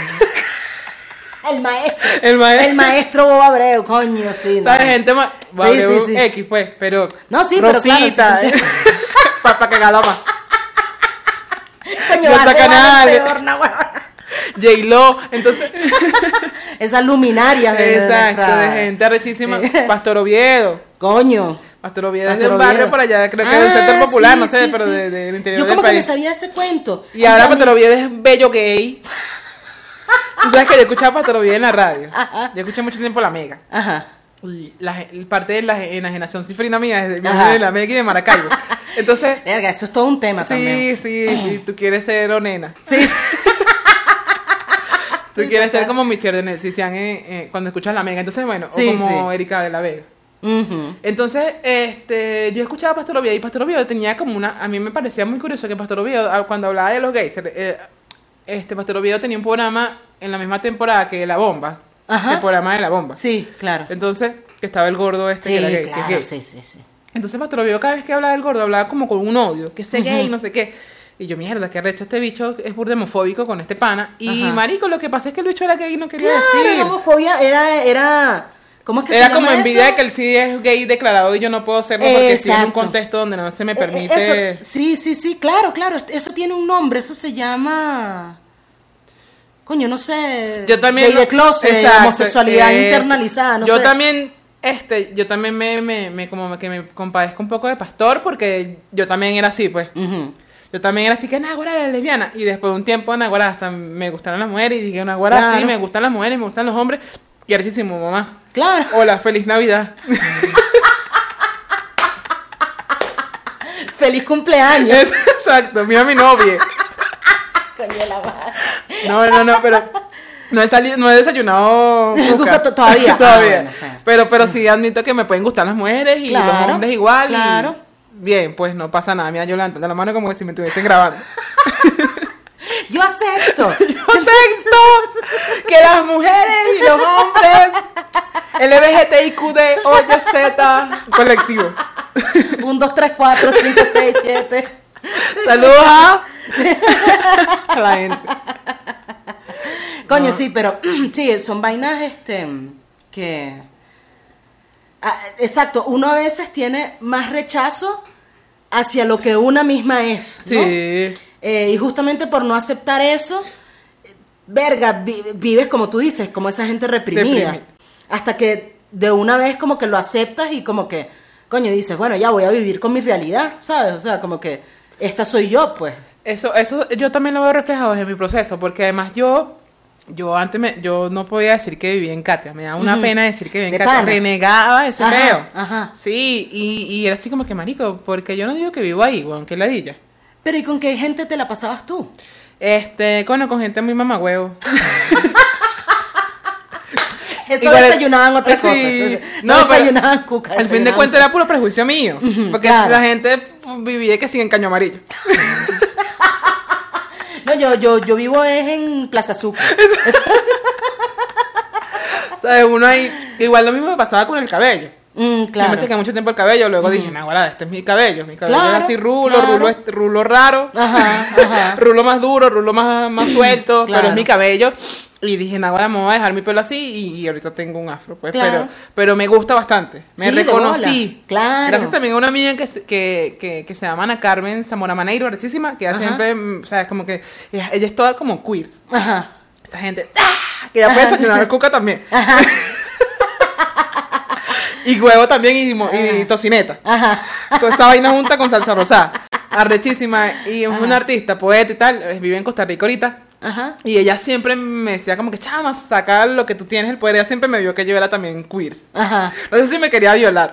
El maestro Bob Abreu, coño, sí. ¿Sabes? Gente más. Bob Abreu sí. X, pues, pero. No, sí, Rosita, pero claro. para que galoma. coño, J Canales, peor, no, huevón. J-Lo, entonces... Esas luminarias de Exacto, nuestra- de gente arrechísima. Pastor Oviedo. Coño. Pastor Oviedo es Pastor de un barrio Oviedo. por allá, creo que del sector Ah, popular, sí, no sé, sí, pero sí. del interior Yo del como que me país. sabía ese cuento. Y ahora En Pastor cambio- Oviedo es bello gay. Tú sabes que yo escuchaba a Pastor Oviedo en la radio. Yo escuché mucho tiempo La Mega. Ajá. Y parte de la enajenación cifrina mía es de, Ajá. de La Mega y de Maracaibo. Entonces, Verga, eso es todo un tema también. sí, tú quieres ser onena. Sí. Tú Sí, quieres total. ser como Michelle de Nelcician cuando escuchas La Mega. Entonces, bueno, Sí, o como sí. Erika de la Vega. Ujú. Entonces, yo escuchaba a Pastor Oviedo y Pastor Oviedo tenía como una... A mí me parecía muy curioso que Pastor Oviedo, cuando hablaba de los gays, Pastor Oviedo tenía un programa en la misma temporada que La Bomba. Ajá. El programa de La Bomba. Sí, claro. Entonces, que estaba el gordo Sí, que era gay. que es claro, gay. sí, sí, sí. Entonces Pastor Oviedo cada vez que hablaba del gordo hablaba como con un odio, que ese gay, no sé qué. Y yo, mierda, que arrecho este bicho es burdemofóbico con este pana. Y Ajá. marico, lo que pasa es que el bicho era gay y no quería Claro, decir. la homofobia era ¿cómo es que se Era llama como envidia eso? de que él sí es gay declarado y yo no puedo serlo porque estoy en un Exacto. contexto donde no se me permite. Eso, sí, claro, eso tiene un nombre, eso se llama... Coño, no sé. Yo también Gay de closet, exacto, homosexualidad es- internalizada, no yo sé. también yo también me compadezco un poco de Pastor porque yo también era así, pues. Ujú. Yo también era así que Naguará era lesbiana y después de un tiempo Naguará hasta me gustaron las mujeres y dije Naguará sí, Claro. me gustan las mujeres, me gustan los hombres y arrechísimo, mamá. Claro. Hola, feliz Navidad. Feliz cumpleaños. Exacto, mira a mi novia. Coño de la madre. No, pero no he desayunado cuca. Todavía. Todavía. Ah, bueno, ajá. Pero sí admito que me pueden gustar las mujeres y Claro, los hombres igual. claro. Y bien, pues no pasa nada. Mira, yo levantando la mano como que si me estuviesen grabando. Yo acepto. Yo acepto que las mujeres y los hombres LGBTIQD, OYZ, colectivo. 1, 2, 3, 4, 5, 6, 7. Saludos a la gente. Coño, No. sí, pero sí, son vainas que... exacto, uno a veces tiene más rechazo hacia lo que una misma es, ¿no? Sí. Y justamente por no aceptar eso, verga, vives como tú dices, como esa gente reprimida. Hasta que de una vez como que lo aceptas y como que, coño, dices, bueno, ya voy a vivir con mi realidad, ¿sabes? O sea, como que esta soy yo, pues. Eso yo también lo veo reflejado en mi proceso, porque además yo no podía decir que vivía en Katia, me da una Ujú. pena decir que vivía en De Katia, pana. renegaba ese Ajá, peo. ajá. Sí, y era así como que marico, porque yo no digo que vivo ahí, weón, que ladilla. Pero ¿y con qué gente te la pasabas tú? Con gente muy mamagüevo. Eso Igual- desayunaban otras sí. cosas. No, No pero desayunaban cuca. Al fin de desayunaban cuentas era puro prejuicio mío, porque claro. la gente vivía que sigue en Caño Amarillo. No, yo vivo es en Plaza Azúcar. O sea, uno ahí, igual lo mismo me pasaba con el cabello. Yo Claro. me sequé mucho tiempo el cabello, luego dije, no, guarda, este es mi cabello Claro, era así rulo, claro. rulo raro, Ajá. rulo más duro, rulo más suelto, Claro. pero es mi cabello. Y dije, no, ahora me voy a dejar mi pelo así y ahorita tengo un afro, pues, Claro. pero me gusta bastante, me Sí, de reconocí. bola. Claro. Gracias también a una amiga que se llama Ana Carmen Zamora Maneiro, arrechísima, que ella Ajá. siempre, o sea, es como que, ella es toda como queers. Ajá. Esa gente, ¡ah! Que ya puede desayunar cuca también. Y huevo también y tocineta. Ajá. Toda esa vaina junta con salsa rosada. Arrechísima. Y es una artista, poeta y tal. Vive en Costa Rica ahorita. Ajá. Y ella siempre me decía como que, chama, saca lo que tú tienes, el poder. Ella siempre me vio que yo era también queers. Ajá. No sé si me quería violar.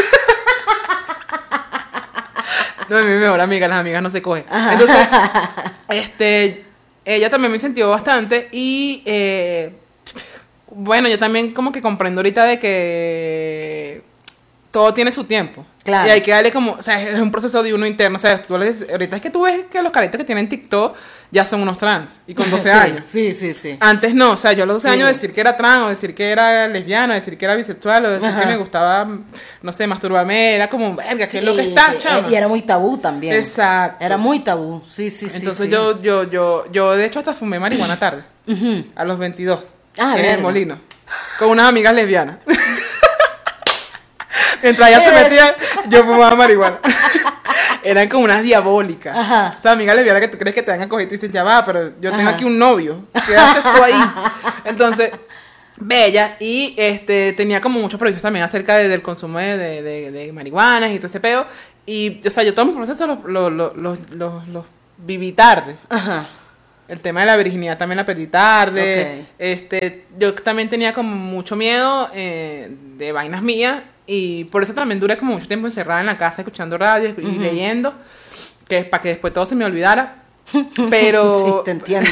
No, es mi mejor amiga, las amigas no se cogen. Ajá. Entonces, ella también me incentivó bastante y, bueno, yo también como que comprendo ahorita de que todo tiene su tiempo. Claro. Y hay que darle como, o sea, es un proceso de uno interno. O sea, ahorita es que tú ves que los caritos que tienen TikTok ya son unos trans y con 12 Sí, años. Sí. Antes no, o sea, yo a los 12 Sí. años decir que era trans, o decir que era lesbiana, o decir que era bisexual, o decir Ajá. que me gustaba, no sé, masturbarme, era como, verga, ¿qué es lo que Sí, está, sí. chama? Y era muy tabú también. Exacto. Era muy tabú. Sí. Entonces sí. yo de hecho hasta fumé marihuana tarde, Ujú. a los 22, Ah, en el verga. molino, con unas amigas lesbianas. Mientras ellas se Eres- metían, yo fumaba marihuana. eran como unas diabólicas. Ajá. O sea, amiga lesbiana que tú crees que te van a coger y tú dices, ya va, pero yo tengo aquí un novio. ¿Qué haces tú ahí? Entonces, bella. Y tenía como muchos proyectos también acerca del consumo de marihuanas y todo ese peo. Y, o sea, yo todos mis procesos los viví tarde. Ajá. El tema de la virginidad también la perdí tarde. Yo también tenía como mucho miedo de vainas mías. Y por eso también duré como mucho tiempo encerrada en la casa escuchando radio y leyendo, que es para que después todo se me olvidara. Pero sí, te entiendo.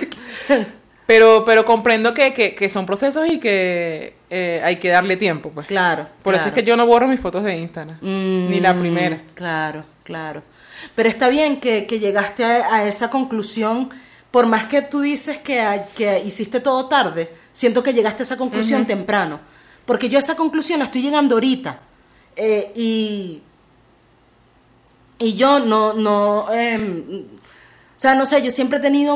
pero comprendo que son procesos y que hay que darle tiempo, pues. Claro. Por eso es que yo no borro mis fotos de Instagram, ni la primera. Claro, claro. Pero está bien que llegaste a esa conclusión, por más que tú dices que hiciste todo tarde, siento que llegaste a esa conclusión temprano. Porque yo a esa conclusión la estoy llegando ahorita. Y yo o sea, no sé, yo siempre he tenido...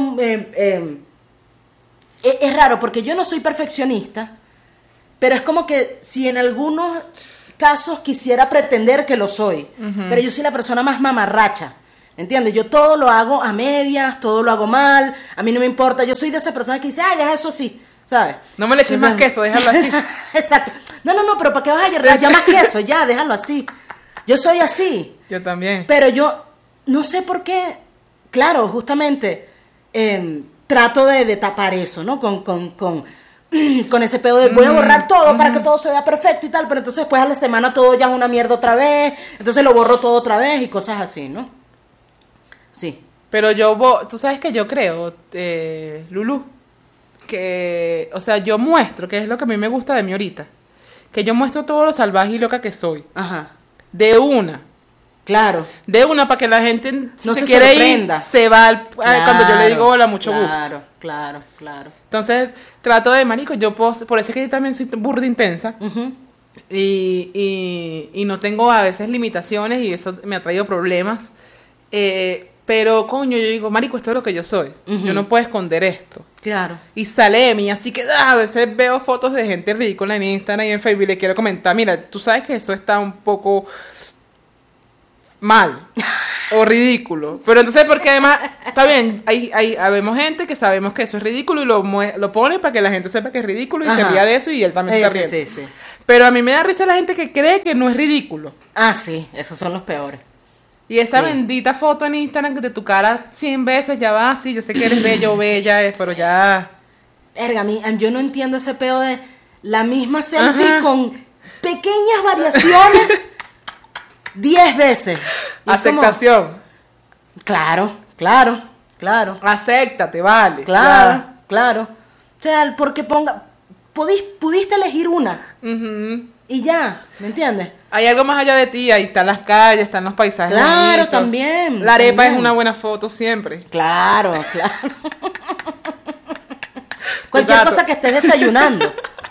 es raro, porque yo no soy perfeccionista, pero es como que si en algunos casos quisiera pretender que lo soy, pero yo soy la persona más mamarracha, ¿entiendes? Yo todo lo hago a medias, todo lo hago mal, a mí no me importa, yo soy de esa persona que dice, ay, deja eso así, ¿sabes? No me le eches más queso, déjalo así. Exacto. No, pero ¿para qué vas a rayar más queso? Ya, déjalo así. Yo soy así. Yo también. Pero yo no sé por qué, claro, justamente trato de tapar eso, ¿no? Con ese pedo de voy a borrar todo para que todo se vea perfecto y tal, pero entonces después a la semana todo ya es una mierda otra vez, entonces lo borro todo otra vez y cosas así, ¿no? Sí. Pero tú sabes que yo creo, Lulú, que, o sea, yo muestro, que es lo que a mí me gusta de mí ahorita, que yo muestro todo lo salvaje y loca que soy. Ajá. De una. Claro. De una, para que la gente, si no se se quiere sorprenda. ir, se va cuando yo le digo hola, mucho gusto. Claro. Entonces, trato de, marico, por eso es que yo también soy burda intensa. Y no tengo a veces limitaciones y eso me ha traído problemas. Pero, coño, yo digo, marico, esto es lo que yo soy. Yo no puedo esconder esto. Claro. Y sale de mí, así que a veces veo fotos de gente ridícula en Instagram y en Facebook y le quiero comentar, mira, tú sabes que eso está un poco mal o ridículo. Pero entonces, porque además, está bien, habemos gente que sabemos que eso es ridículo y lo pone para que la gente sepa que es ridículo y se ría de eso y él también está riendo. Sí. Pero a mí me da risa la gente que cree que no es ridículo. Ah, sí, esos son los peores. Y esa bendita foto en Instagram de tu cara 100 veces ya va, sí, yo sé que eres bello o bella, pero ya... Verga, yo no entiendo ese pedo de la misma selfie con pequeñas variaciones 10 veces. Y aceptación. Como, claro. Acéptate, vale. Claro. O sea, porque pudiste elegir una. Y ya, ¿me entiendes? Hay algo más allá de ti, ahí están las calles, están los paisajes. Claro, bonitos. también. La arepa también. es una buena foto siempre. Claro. Cualquier cosa que estés desayunando.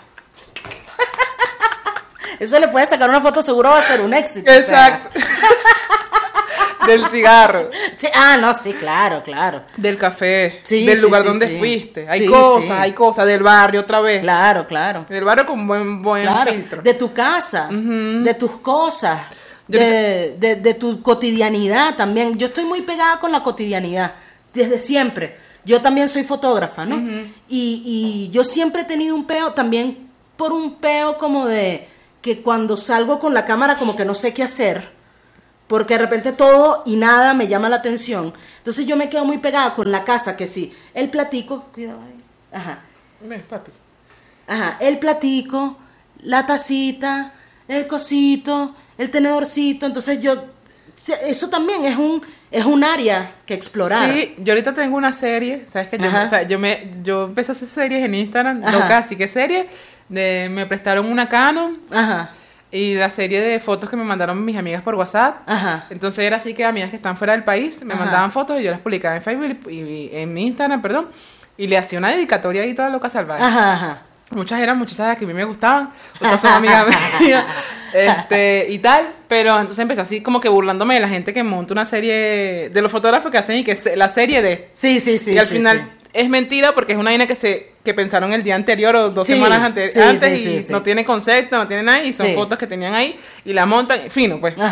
Eso le puedes sacar una foto, seguro va a ser un éxito. Exacto. O sea. Del cigarro. Sí, no, sí, claro. Del café. Sí, del lugar sí, donde sí. fuiste. Hay Sí. cosas. Del barrio otra vez. Claro. Del barrio con buen filtro. De tu casa, de tus cosas, de tu cotidianidad también. Yo estoy muy pegada con la cotidianidad, desde siempre. Yo también soy fotógrafa, ¿no? Y yo siempre he tenido un peo también por un peo como de que cuando salgo con la cámara como que no sé qué hacer, porque de repente todo y nada me llama la atención. Entonces yo me quedo muy pegada con la casa, que sí, el platico, cuidado ahí, Ven, papi. el platico, la tacita, el cosito, el tenedorcito. Entonces eso también es un área que explorar. Sí, yo ahorita tengo una serie, ¿sabes qué? Yo empecé a hacer series en Instagram, casi que series, me prestaron una Canon. Y la serie de fotos que me mandaron mis amigas por WhatsApp. Entonces era así que amigas que están fuera del país me mandaban fotos y yo las publicaba en Facebook y en mi Instagram, perdón. Y le hacía una dedicatoria ahí toda loca salvaje. Muchas eran muchachas que a mí me gustaban, otras son amigas mías, y tal. Pero entonces empecé así como que burlándome de la gente que monta una serie, de los fotógrafos que hacen y que la serie de... Sí. Y al final es mentira porque es una vaina que pensaron el día anterior o 2 semanas antes y no tiene concepto, no tiene nada y son fotos que tenían ahí y la montan, fino pues.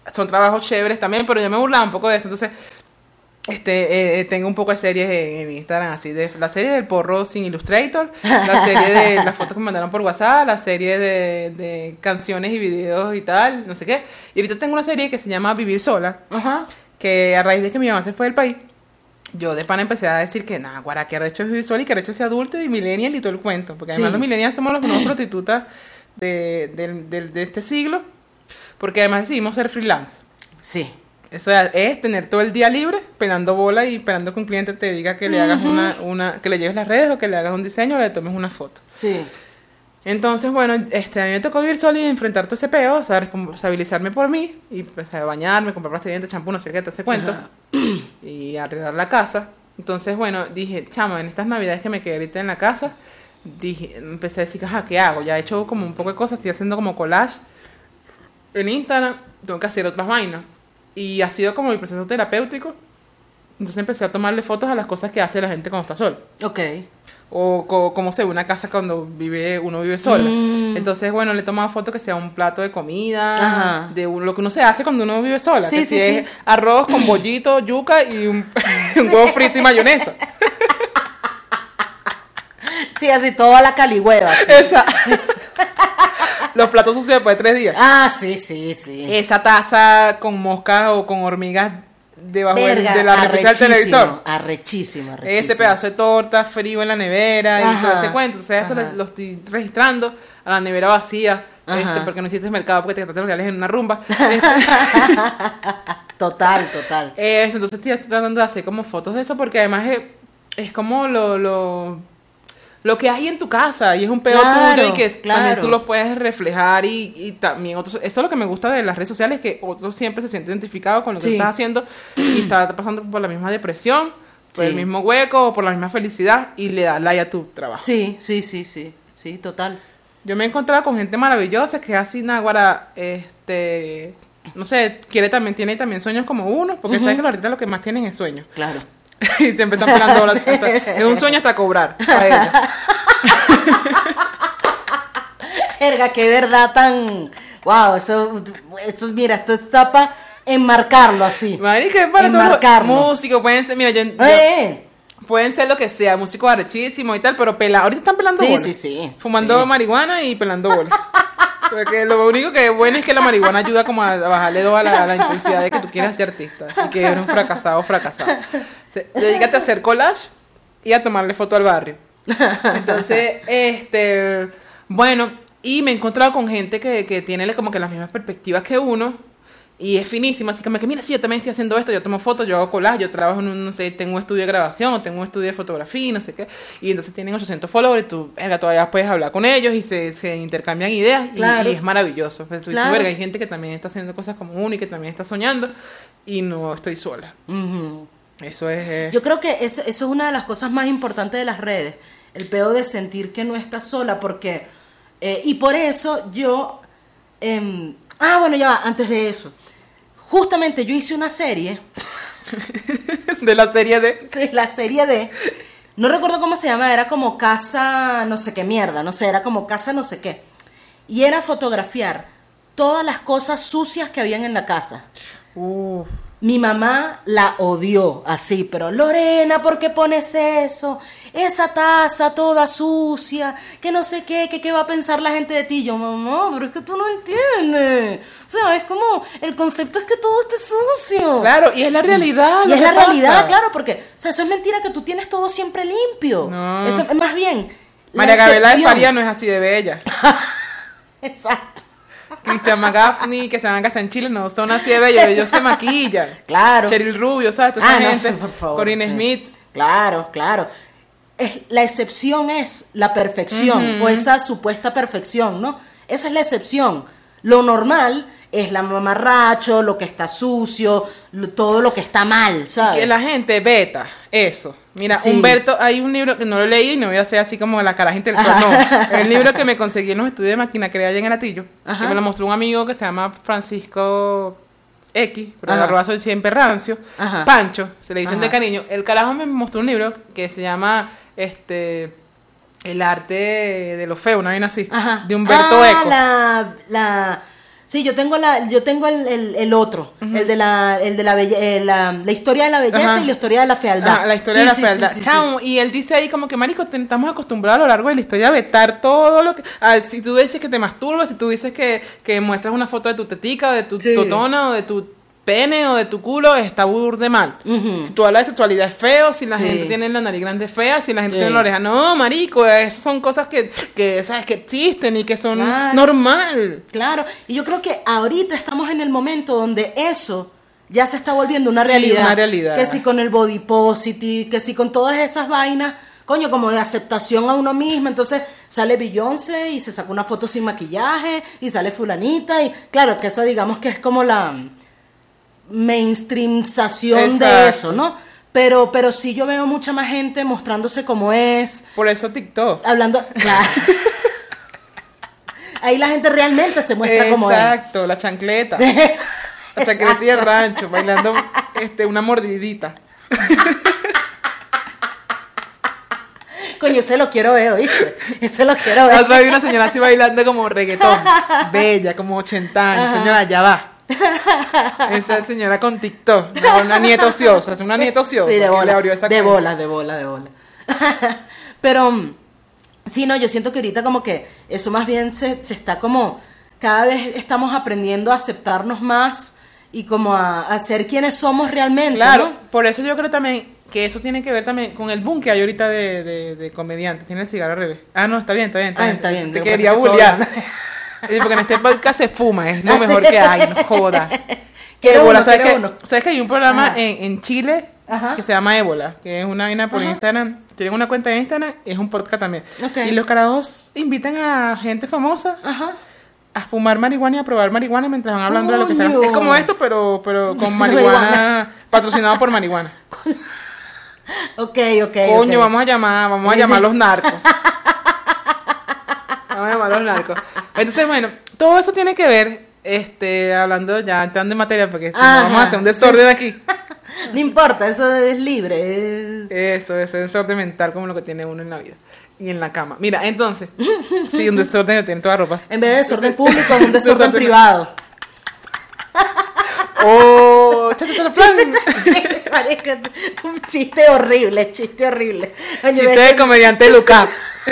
son trabajos chéveres también, pero yo me burlaba un poco de eso. Entonces, tengo un poco de series en Instagram, así de la serie del porro sin Illustrator, la serie de las fotos que me mandaron por WhatsApp, la serie de canciones y videos y tal, no sé qué. Y ahorita tengo una serie que se llama Vivir Sola, Ajá. que a raíz de que mi mamá se fue del país, yo de pana empecé a decir que nada, guara, que arrecho es vivir sola y que arrecho es ser adulto y millennial y todo el cuento. Porque además Sí. los millennials somos las nuevas prostitutas de este siglo. Porque además decidimos ser freelance. Sí. Eso es tener todo el día libre, pelando bola y esperando que un cliente te diga que le hagas que le lleves las redes o que le hagas un diseño o le tomes una foto. Sí. Entonces, bueno, a mí me tocó vivir sola y enfrentar todo ese peo, o sea, responsabilizarme por mí y empezar a bañarme, comprar pasta de dientes, champú, no sé qué, te hace cuento, y arreglar la casa. Entonces, bueno, dije, chamo, en estas navidades que me quedé ahorita en la casa, empecé a decir, ajá, ¿qué hago? Ya he hecho como un poco de cosas, estoy haciendo como collage en Instagram, tengo que hacer otras vainas. Y ha sido como mi proceso terapéutico. Entonces empecé a tomarle fotos a las cosas que hace la gente cuando está sola. Ok. O cómo se ve una casa cuando uno vive sola. Entonces, bueno, le he tomado fotos que sea un plato de comida, Ajá. lo que uno se hace cuando uno vive sola. Sí, que sí, si sí. es arroz con bollito, yuca y un huevo frito y mayonesa. Sí, así toda la caligüeva. Sí. Esa. Los platos sucios después de 3 días. Ah, sí, sí, sí. Esa taza con moscas o con hormigas debajo Verga, de la repisa del televisor. Arrechísimo. Ese pedazo de torta frío en la nevera y todo Ajá, ese cuento. O sea, eso ajá. lo estoy registrando a la nevera vacía. Ajá. Porque no hiciste mercado porque te gastaste los reales en una rumba. Total, total. Eso, entonces estoy tratando de hacer como fotos de eso porque además es como lo que hay en tu casa y es un pedo Claro, tuyo y que claro. también tú lo puedes reflejar y también otros. Eso es lo que me gusta de las redes sociales, que otros siempre se sienten identificados con lo que Sí. estás haciendo y está pasando por la misma depresión, por Sí. el mismo hueco o por la misma felicidad y le das like a tu trabajo. Sí, sí, sí, sí. Sí, total. Yo me he encontrado con gente maravillosa que así náguara, no sé, tiene también sueños como uno, porque sabes que ahorita lo que más tienen es sueños. Claro. Y siempre están pelando horas. Es un sueño hasta cobrar para ellos. Verga, qué verdad tan... Wow, eso mira, esto está para enmarcarlo así. Marica, para todos los Enmarcarlo. músicos, pueden ser, mira, pueden ser lo que sea, músicos arrechísimos y tal, pero ahorita están pelando Sí, bolas. sí, sí. Fumando Sí. marihuana y pelando bolas. Porque lo único que es bueno es que la marihuana ayuda como a bajarle dos a la intensidad de que tú quieres ser artista y que eres un fracasado. Dedícate a hacer collage y a tomarle foto al barrio. Entonces, bueno, y me he encontrado con gente que tiene como que las mismas perspectivas que uno y es finísima, así que mira, sí, yo también estoy haciendo esto, yo tomo fotos, yo hago collage, yo trabajo en un, no sé, tengo un estudio de grabación, o tengo un estudio de fotografía, y no sé qué, y entonces tienen 800 followers, y tú, verga, todavía puedes hablar con ellos y se intercambian ideas, Claro. y es maravilloso. Pues, tú dices, Claro. verga, hay gente que también está haciendo cosas como uno y que también está soñando, y no estoy sola. Ujú. Eso es... Yo creo que eso es una de las cosas más importantes de las redes, el pedo de sentir que no estás sola, porque, y por eso yo, bueno, ya va, antes de eso, justamente yo hice una serie, de la serie de... sí, la serie de, no recuerdo cómo se llama, era como casa, no sé qué mierda, no sé, era como casa no sé qué, y era fotografiar todas las cosas sucias que habían en la casa. Mi mamá la odió así, pero Lorena, ¿por qué pones eso? Esa taza toda sucia, que no sé qué va a pensar la gente de ti. Yo, mamá, pero es que tú no entiendes. O sea, es como, el concepto es que todo esté sucio. Claro, y es la realidad. Y lo es que la realidad, pasa. claro, porque, o sea, eso es mentira que tú tienes todo siempre limpio. No. Eso es más bien, la María Gabriela de excepción. Faría no es así de bella. Exacto. Cristian McGaffney, que se van a casar en Chile, no son así de bellos, ellos se maquillan. Claro. Cheryl Rubio, ¿sabes? Toda esa No, gente. sí, por favor. Corinne Smith. Claro, claro. La excepción es la perfección, o esa supuesta perfección, ¿no? Esa es la excepción. Lo normal es la mamarracho, lo que está sucio, todo lo que está mal, ¿sabes? Que la gente beta eso. Mira, Sí. Humberto, hay un libro que no lo leí y no voy a hacer así como la caraja intelectual, no. El libro que me conseguí en los estudios de maquinaria allá en el Atillo, Ajá. que me lo mostró un amigo que se llama Francisco X, pero Ajá. arroba soy siempre rancio, Ajá. Pancho, se le dicen Ajá. de cariño. El carajo me mostró un libro que se llama El arte de lo feo, una vaina así, Ajá. de Humberto Eco. la Sí, yo tengo el otro, el de la historia de la belleza y la historia de la fealdad. La historia de la fealdad. Chamo, y él dice ahí como que, marico, estamos acostumbrados a lo largo de la historia a vetar todo lo que... si tú dices que te masturbas, si tú dices que muestras una foto de tu tetica, o de tu totona, o de tu pene, o de tu culo, está burde mal. Si tú hablas de sexualidad es feo, si la gente tiene la nariz grande es fea, si la gente tiene la oreja... No, marico, esas son cosas que sabes, que existen y que son normal. Claro, y yo creo que ahorita estamos en el momento donde eso ya se está volviendo una realidad. Una realidad. Que si con el body positive, que si con todas esas vainas, coño, como de aceptación a uno mismo. Entonces sale Beyoncé y se saca una foto sin maquillaje, y sale fulanita, y claro, que eso digamos que es como la mainstreamización de eso, ¿no? Pero sí yo veo mucha más gente mostrándose como es. Por eso TikTok. Hablando, claro. Ahí la gente realmente se muestra como es. Exacto, la chancleta. La chancleta y el rancho, bailando una mordidita. Coño, ese lo quiero ver, ¿oíste? Ese lo quiero ver. Otra vez una señora así bailando como reggaetón. Bella, como 80 años. Señora, ya va. Esa señora con TikTok, una nieta ociosa, es una nieta ociosa. Sí, de bola, le abrió esa de bola. Pero, sí, no, yo siento que ahorita como que eso más bien se está como, cada vez estamos aprendiendo a aceptarnos más y como a ser quienes somos realmente. Claro, ¿no? Por eso yo creo también que eso tiene que ver también con el boom que hay ahorita de comediantes. Tiene el cigarro al revés. No, está bien. Está bien. Te quería bullear. Porque en este podcast se fuma, es lo mejor que hay, no joda. ¿Sabes que hay un programa en Chile que se llama Ébola? Que es una vaina por Instagram. Tienen una cuenta de Instagram, es un podcast también. Okay. Y los carajos invitan a gente famosa a fumar marihuana y a probar marihuana mientras van hablando de lo que están haciendo. Es como esto, pero con marihuana, patrocinado por marihuana. Ok. Coño, vamos a llamar a los narcos. Vamos a llamar a los narcos. Entonces, bueno, todo eso tiene que ver, hablando ya, entrando en materia, porque si no vamos a hacer un desorden aquí. No importa, eso es libre. Eso es desorden mental como lo que tiene uno en la vida. Y en la cama. Mira, entonces, sí, un desorden que tiene todas las ropas. En vez de desorden público, es un desorden privado. Un chiste horrible. Chiste de comediante Lucas.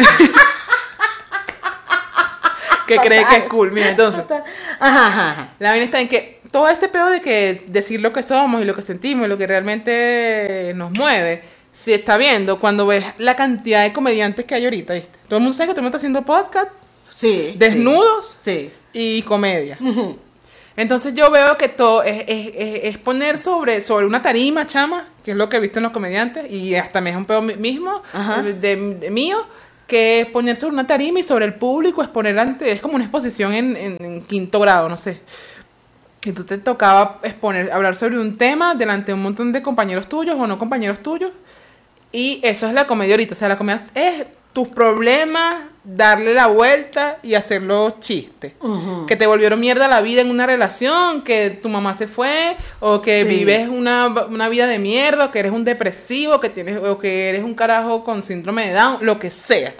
Que cree que es cool. Mira, entonces, la vaina está en que todo ese pedo de que decir lo que somos y lo que sentimos y lo que realmente nos mueve, se está viendo cuando ves la cantidad de comediantes que hay ahorita, ¿viste? Todo el mundo sabe que todo el mundo está haciendo podcast, desnudos y comedia. Entonces yo veo que todo es poner sobre una tarima, chama, que es lo que he visto en los comediantes, y hasta me es un pedo mismo, de mío, que es poner sobre una tarima y sobre el público, es como una exposición en quinto grado, no sé. Y tú te tocaba hablar sobre un tema delante de un montón de compañeros tuyos o no compañeros tuyos, y eso es la comedia ahorita. O sea, la comedia es tus problemas, darle la vuelta y hacerlo chiste. Que te volvieron mierda la vida en una relación, que tu mamá se fue, o que vives una vida de mierda, o que eres un depresivo, o que eres un carajo con síndrome de Down, lo que sea.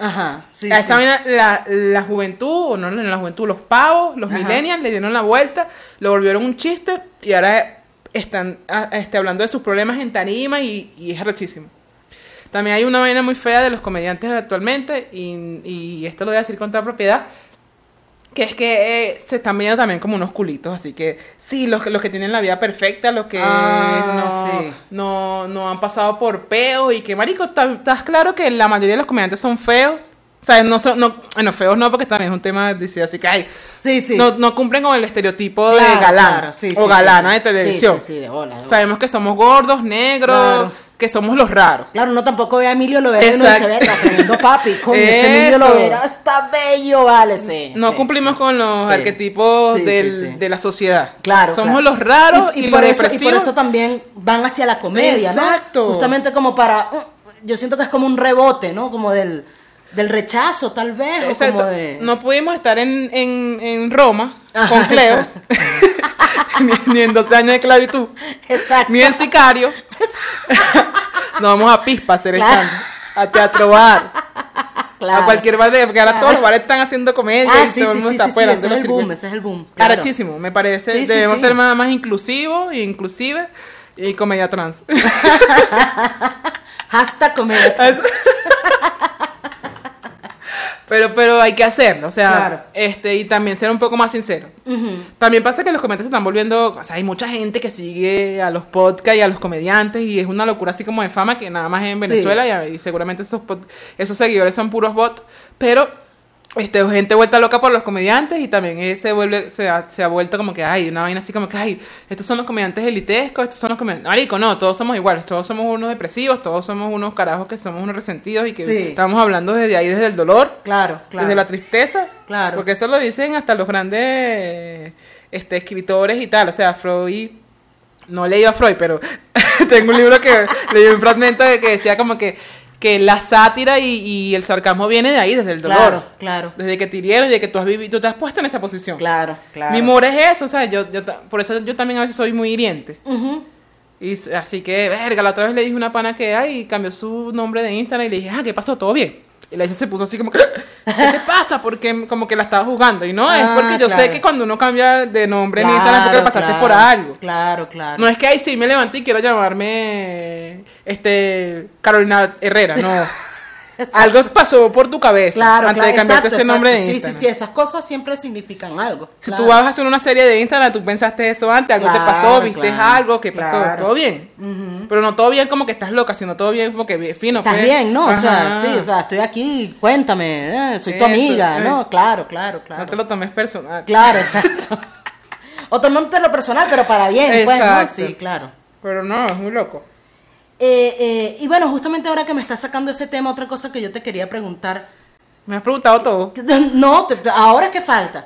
La juventud, o no la juventud, los pavos, los millennials le dieron la vuelta, lo volvieron un chiste y ahora están hablando de sus problemas en tarima y es arrechísimo. También hay una vaina muy fea de los comediantes actualmente, y esto lo voy a decir con toda propiedad, que es que se están viendo también como unos culitos, así que sí, los que tienen la vida perfecta, los que no han pasado por peos, y que, marico, estás claro que la mayoría de los comediantes son feos. O sea, bueno, feos no, porque también es un tema de así que no cumplen con el estereotipo de galán o galana de televisión. De bola. Sabemos que somos gordos, negros, que somos los raros. Claro, uno tampoco ve a Emilio Lovera y no dice, verga, tremendo papi, coño, ese Emilio Lovera está bello, vale. No cumplimos con los arquetipos de la sociedad. Claro. Somos los raros y los depresivos. Y por eso también van hacia la comedia, exacto, ¿no? Justamente como para... yo siento que es como un rebote, ¿no? Como del rechazo, tal vez. Exacto. O como de... No pudimos estar en Roma con Cleo, ni en 12 años de esclavitud, ni en Sicario. Nos vamos a Pispa a hacer stand, a Teatro Bar. Claro. A cualquier bar porque ahora todos los bares están haciendo comedia y sí, todo el mundo está afuera. ese es el boom, ese es el boom. Claro. Arrechísimo, me parece. Sí, debemos ser más inclusivos e inclusive y comedia trans. Hashtag comedia trans. Pero hay que hacerlo, o sea, claro. Y también ser un poco más sincero. También pasa que los comediantes se están volviendo, o sea, hay mucha gente que sigue a los podcasts y a los comediantes y es una locura así como de fama que nada más en Venezuela y seguramente esos seguidores son puros bots, pero gente vuelta loca por los comediantes y también se ha vuelto como que hay una vaina así como que ay, estos son los comediantes elitescos, estos son los comediantes, marico, no, todos somos iguales, todos somos unos depresivos, todos somos unos carajos que somos unos resentidos y que estamos hablando desde ahí, desde el dolor, claro, desde la tristeza, claro, porque eso lo dicen hasta los grandes escritores y tal, o sea, Freud, no he leído a Freud, pero tengo un libro que leí un fragmento que decía como que la sátira y el sarcasmo viene de ahí, desde el dolor. Claro. Desde que te hirieron y de que tú has vivido, tú te has puesto en esa posición. Claro. Mi humor es eso, o sea, por eso yo también a veces soy muy hiriente. Y así que, verga, la otra vez le dije a una pana que, cambió su nombre de Instagram y le dije, ¿qué pasó? ¿Todo bien? Y la hija se puso así como, ¿qué te pasa? Porque como que la estaba juzgando. Y no, es porque yo sé que cuando uno cambia de nombre en Instagram es porque pasaste por algo. Claro. No es que, sí, me levanté y quiero llamarme, Carolina Herrera, no. Algo pasó por tu cabeza antes de cambiarte ese nombre de Instagram. Sí, esas cosas siempre significan algo. Si tú vas a hacer una serie de Instagram, tú pensaste eso antes, algo te pasó, viste algo, ¿qué pasó? Todo bien. Pero no todo bien como que estás loca, sino todo bien como que fino. Estás bien, ¿no? Ajá. O sea, estoy aquí, cuéntame, soy tu amiga, ¿no? Claro. No te lo tomes personal. Claro, exacto. O tomártelo personal, pero para bien, pues, ¿no? Sí, claro. Pero no, es muy loco. Y bueno, justamente ahora que me estás sacando ese tema, otra cosa que yo te quería preguntar. Me has preguntado todo. No, ahora es que falta.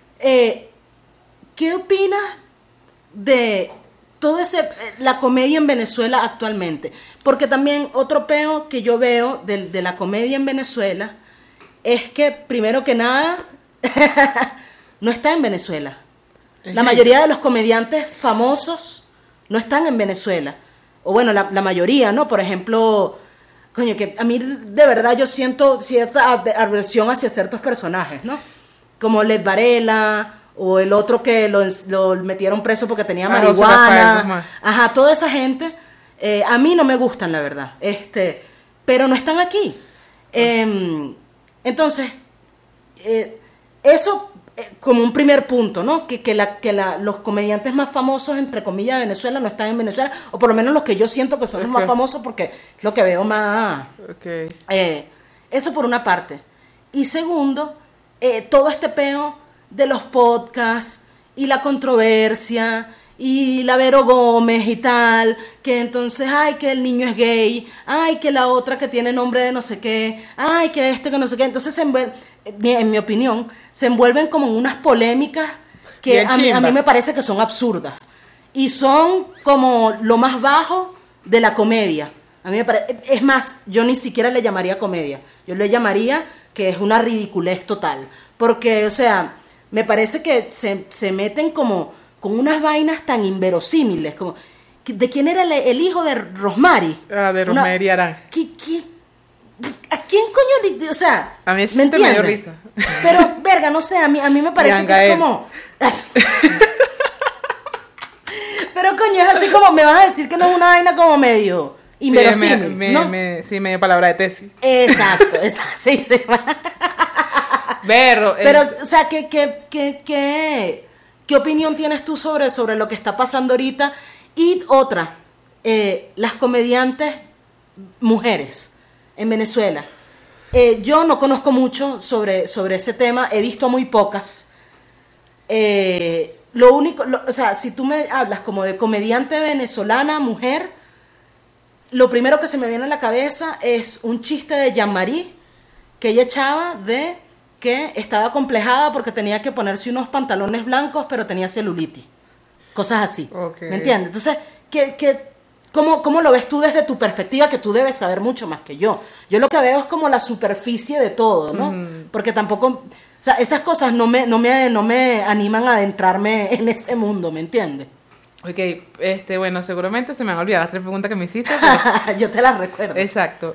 ¿Qué opinas de toda la comedia en Venezuela actualmente? Porque también otro peo que yo veo de la comedia en Venezuela es que, primero que nada, no está en Venezuela. La mayoría de los comediantes famosos no están en Venezuela. O bueno, la mayoría, ¿no? Por ejemplo, coño, que a mí de verdad yo siento cierta aversión hacia ciertos personajes, ¿no? Como Led Varela, o el otro que lo metieron preso porque tenía marihuana. Ajá, toda esa gente, a mí no me gustan, la verdad. Pero no están aquí. Entonces, eso como un primer punto, ¿no? Que los comediantes más famosos, entre comillas, de Venezuela no están en Venezuela, o por lo menos los que yo siento que son los más famosos, porque es lo que veo más. Eso por una parte. Y segundo, todo este peo de los podcasts y la controversia y la Vero Gómez y tal, que entonces, ay, que el niño es gay, ay, que la otra que tiene nombre de no sé qué, ay, que que no sé qué. Entonces, en mi opinión, se envuelven como en unas polémicas que a mí me parece que son absurdas. Y son como lo más bajo de la comedia. A mí me parece, es más, yo ni siquiera le llamaría comedia. Yo le llamaría que es una ridiculez total. Porque, o sea, me parece que se meten como con unas vainas tan inverosímiles. Como, ¿de quién era el hijo de Rosmary? De Rosmary Arán. ¿A quién coño le...? O sea, a mí me dio risa. Pero, verga, no sé, a mí me parece que es como... Pero, coño, es así como... Me vas a decir que no es una vaina como medio inverosímil, ¿no? Sí, medio palabra de tesis. Exacto, sí. Pero, o sea, ¿qué opinión tienes tú sobre lo que está pasando ahorita? Y otra, las comediantes mujeres en Venezuela. Yo no conozco mucho sobre ese tema, he visto muy pocas. Lo único, o sea, si tú me hablas como de comediante venezolana, mujer, lo primero que se me viene a la cabeza es un chiste de Jean-Marie que ella echaba de que estaba acomplejada porque tenía que ponerse unos pantalones blancos, pero tenía celulitis. Cosas así. ¿Me entiendes? Entonces, ¿cómo lo ves tú desde tu perspectiva? Que tú debes saber mucho más que yo. Yo lo que veo es como la superficie de todo, ¿no? Porque tampoco... O sea, esas cosas no me animan a adentrarme en ese mundo, ¿me entiendes? Ok, bueno, seguramente se me van a olvidar las 3 preguntas que me hiciste. Yo te las recuerdo. Exacto.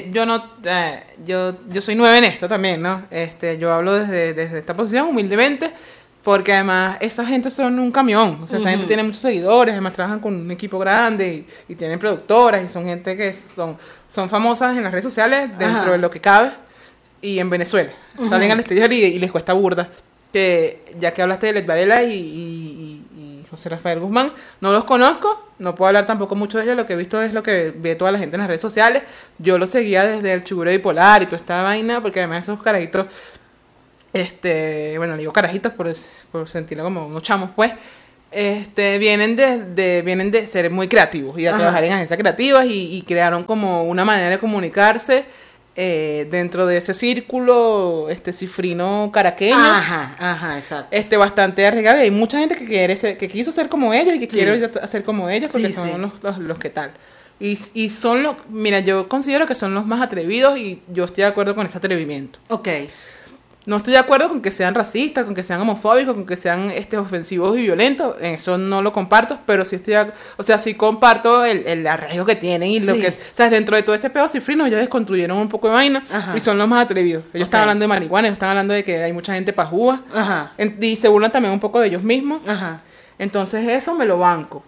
Yo soy nueva en esto también, ¿no? Yo hablo desde esta posición humildemente, porque además esa gente son un camión. O sea, esa gente tiene muchos seguidores, además trabajan con un equipo grande y tienen productoras y son gente que son famosas en las redes sociales dentro de lo que cabe y en Venezuela. Salen al exterior y les cuesta burda. Que ya que hablaste de Led Varela y José Rafael Guzmán, no los conozco, no puedo hablar tampoco mucho de ellos, lo que he visto es lo que ve toda la gente en las redes sociales. Yo lo seguía desde el Chigureo Bipolar y toda esta vaina, porque además esos carajitos, bueno, digo carajitos por sentirlo como unos chamos, pues, vienen de ser muy creativos y a trabajar en agencias creativas y crearon como una manera de comunicarse dentro de ese círculo cifrino caraqueño. Ajá, exacto. Bastante arriesgado. Y hay mucha gente que quiso ser como ellos y que quiere ser como ellos porque son los que tal. Y son mira, yo considero que son los más atrevidos y yo estoy de acuerdo con ese atrevimiento. Ok. No estoy de acuerdo con que sean racistas, con que sean homofóbicos, con que sean ofensivos y violentos. Eso no lo comparto, pero sí sí comparto el arriesgo que tienen y lo que es. O sea, dentro de todo ese pedo cifrino, ellos desconstruyeron un poco de vaina y son los más atrevidos. Ellos están hablando de marihuana, ellos están hablando de que hay mucha gente pajúa y se burlan también un poco de ellos mismos. Entonces eso me lo banco.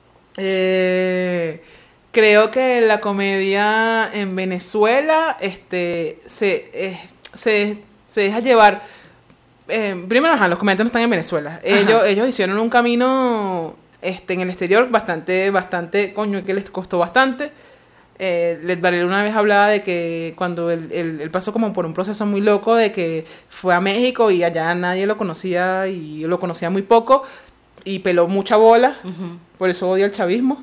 Creo que la comedia en Venezuela se deja llevar. Primero, los comediantes no están en Venezuela. Ellos hicieron un camino en el exterior bastante, coño, que les costó bastante. Led Varela una vez hablaba de que cuando él pasó como por un proceso muy loco de que fue a México y allá nadie lo conocía y lo conocía muy poco y peló mucha bola. Por eso odia el chavismo.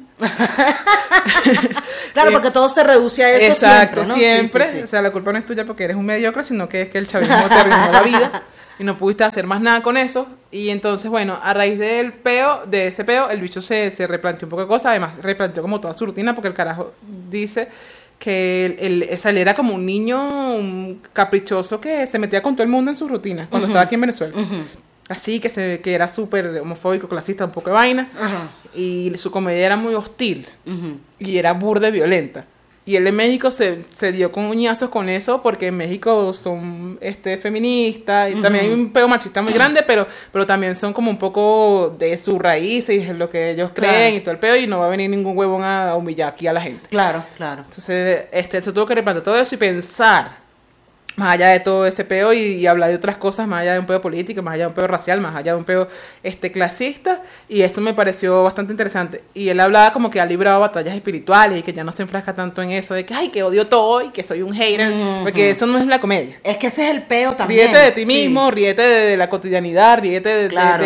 Claro, porque todo se reduce a eso. Exacto, siempre, ¿no? Sí. O sea, la culpa no es tuya porque eres un mediocre, sino que es que el chavismo te arruinó la vida y no pudiste hacer más nada con eso. Y entonces, bueno, a raíz de ese peo, el bicho se replanteó un poco de cosas. Además, replanteó como toda su rutina porque el carajo dice que él era como un niño caprichoso que se metía con todo el mundo en su rutina cuando estaba aquí en Venezuela. Así que era súper homofóbico, clasista, un poco de vaina. Y su comedia era muy hostil. Y era burda y violenta. Y él en México se dio con uñazos con eso, porque en México son feministas. Y también hay un peo machista muy grande, pero también son como un poco de sus raíces y es lo que ellos creen y todo el peo. Y no va a venir ningún huevón a humillar aquí a la gente. Claro. Entonces, se tuvo que replantear todo eso y pensar más allá de todo ese peo y hablar de otras cosas, más allá de un peo político, más allá de un peo racial, más allá de un peo clasista, y eso me pareció bastante interesante. Y él hablaba como que ha librado batallas espirituales y que ya no se enfrasca tanto en eso de que, ay, que odio todo y que soy un hater, porque eso no es la comedia. Es que ese es el peo también. Ríete de ti mismo, ríete de la cotidianidad, ríete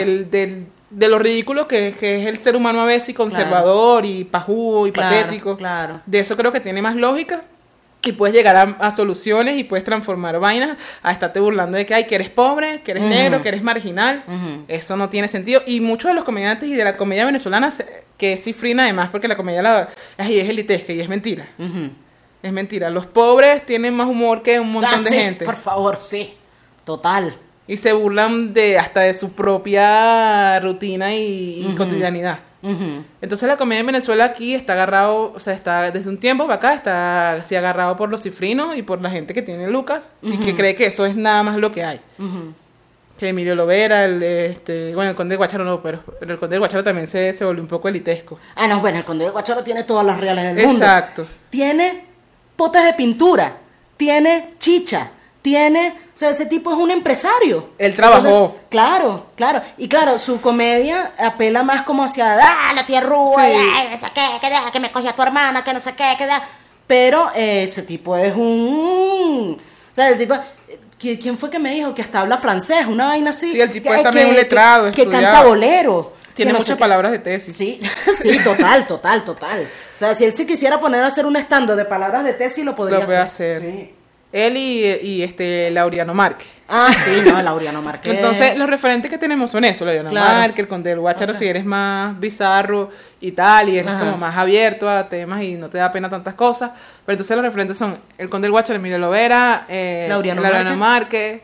de lo ridículo que es el ser humano a veces, y conservador, y pajudo, y patético. Claro. De eso creo que tiene más lógica. Y puedes llegar a soluciones y puedes transformar vainas a estarte burlando de que eres pobre, que eres negro, que eres marginal. Eso no tiene sentido. Y muchos de los comediantes y de la comedia venezolana, que es cifrina además, porque la comedia es elitesca y es mentira. Es mentira. Los pobres tienen más humor que un montón de gente. Por favor, sí. Total. Y se burlan hasta de su propia rutina y cotidianidad. Entonces la comedia en Venezuela aquí está agarrado, o sea, está desde un tiempo para acá, está así agarrado por los cifrinos y por la gente que tiene lucas y que cree que eso es nada más lo que hay. Que Emilio Lovera, el Conde del Guacharo no, pero el Conde del Guacharo también se volvió un poco elitesco. No, bueno, el Conde del Guacharo tiene todas las reales del mundo. Exacto. Tiene potes de pintura, tiene chicha, o sea, ese tipo es un empresario. Él trabajó. Entonces, claro. Y claro, su comedia apela más como hacia, la tía Rúa, no sé qué, que me cogió a tu hermana, que no sé qué, que da. Pero ese tipo es o sea, el tipo... ¿Quién fue que me dijo que hasta habla francés? Una vaina así. Sí, el tipo es también un letrado, que canta bolero. Tiene muchas palabras de tesis. Sí, total. O sea, si él se quisiera poner a hacer un stand de palabras de tesis, lo podría hacer. Sí. Él y Laureano Márquez. Sí, no, Laureano Márquez. Entonces, los referentes que tenemos son eso, Laureano Márquez, el Conde del Guacharo, si eres más bizarro y tal, y eres como más abierto a temas y no te da pena tantas cosas. Pero entonces los referentes son el Conde del Guacharo, Emilio Lovera, Laureano Márquez,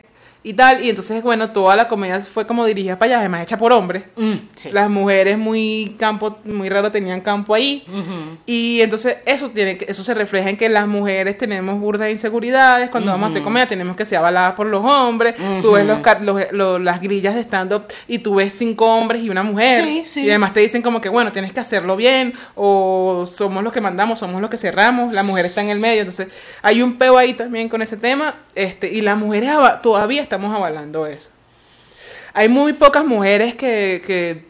y tal, y entonces, bueno, toda la comedia fue como dirigida para allá, además hecha por hombres. Sí. Las mujeres muy raro tenían campo ahí. Y entonces eso se refleja en que las mujeres tenemos burdas de inseguridades. Cuando vamos a hacer comedia tenemos que ser avaladas por los hombres. Tú ves las grillas de stand-up y tú ves 5 hombres y una mujer. Y además te dicen como que, bueno, tienes que hacerlo bien, o somos los que mandamos, somos los que cerramos, la mujer está en el medio. Entonces hay un peo ahí también con ese tema, y las mujeres todavía estamos avalando eso. Hay muy pocas mujeres que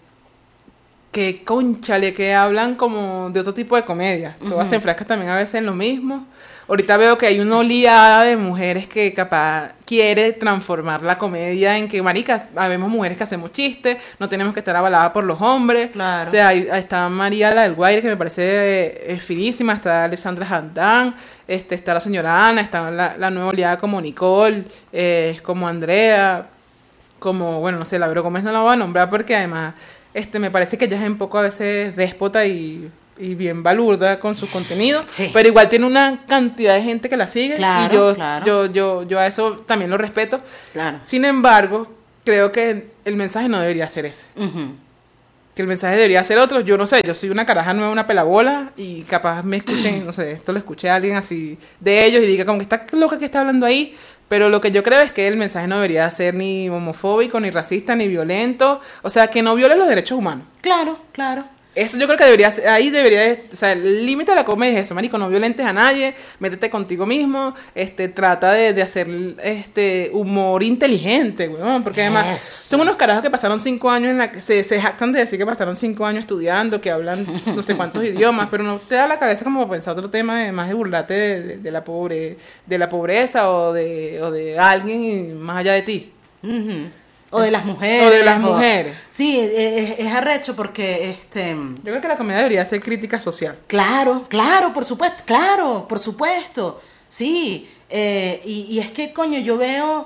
cónchale, que hablan como de otro tipo de comedia. Todas se enfrascan también a veces en lo mismo. Ahorita veo que hay una oleada de mujeres que capaz quiere transformar la comedia en que, marica, habemos mujeres que hacemos chistes, no tenemos que estar avaladas por los hombres. Claro. O sea, ahí está María, la del Guaire, que me parece finísima, está Alessandra Jandán, está la señora Ana, está la nueva oleada como Nicole, como Andrea, como, bueno, no sé, la Vero Gómez no la voy a nombrar porque además me parece que ella es un poco a veces déspota y bien balurda con sus contenidos, pero igual tiene una cantidad de gente que la sigue, claro, y yo a eso también lo respeto. Claro. Sin embargo, creo que el mensaje no debería ser ese. Que el mensaje debería ser otro. Yo no sé, yo soy una caraja nueva, una pelabola, y capaz me escuchen, no sé, esto lo escuché a alguien así de ellos y diga como que está loca que está hablando ahí. Pero lo que yo creo es que el mensaje no debería ser ni homofóbico, ni racista, ni violento. O sea, que no viole los derechos humanos. Claro, claro. Eso yo creo que debería ser, ahí debería, o sea, el límite de la comedia es eso, marico, no violentes a nadie, métete contigo mismo, trata de hacer humor inteligente, weón, porque además son unos carajos que pasaron 5 años se jactan de decir que pasaron 5 años estudiando, que hablan no sé cuántos idiomas, pero no te da la cabeza como para pensar otro tema, además de burlarte de la pobreza o de alguien más allá de ti. O de las mujeres. O de las mujeres. Sí, es arrecho porque yo creo que la comedia debería ser crítica social. Claro, por supuesto. Sí, y es que, coño, yo veo,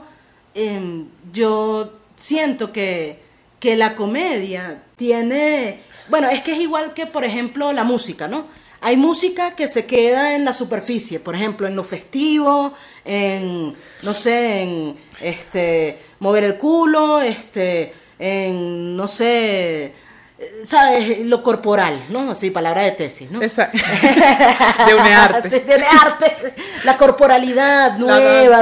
yo siento que la comedia tiene, bueno, es que es igual que, por ejemplo, la música, ¿no? Hay música que se queda en la superficie, por ejemplo, en lo festivo, en, no sé, en mover el culo, en, no sé, ¿sabes? Lo corporal, ¿no? Así, palabra de tesis, ¿no? Exacto. De UNEARTE. Sí, de UNEARTE. La corporalidad nueva,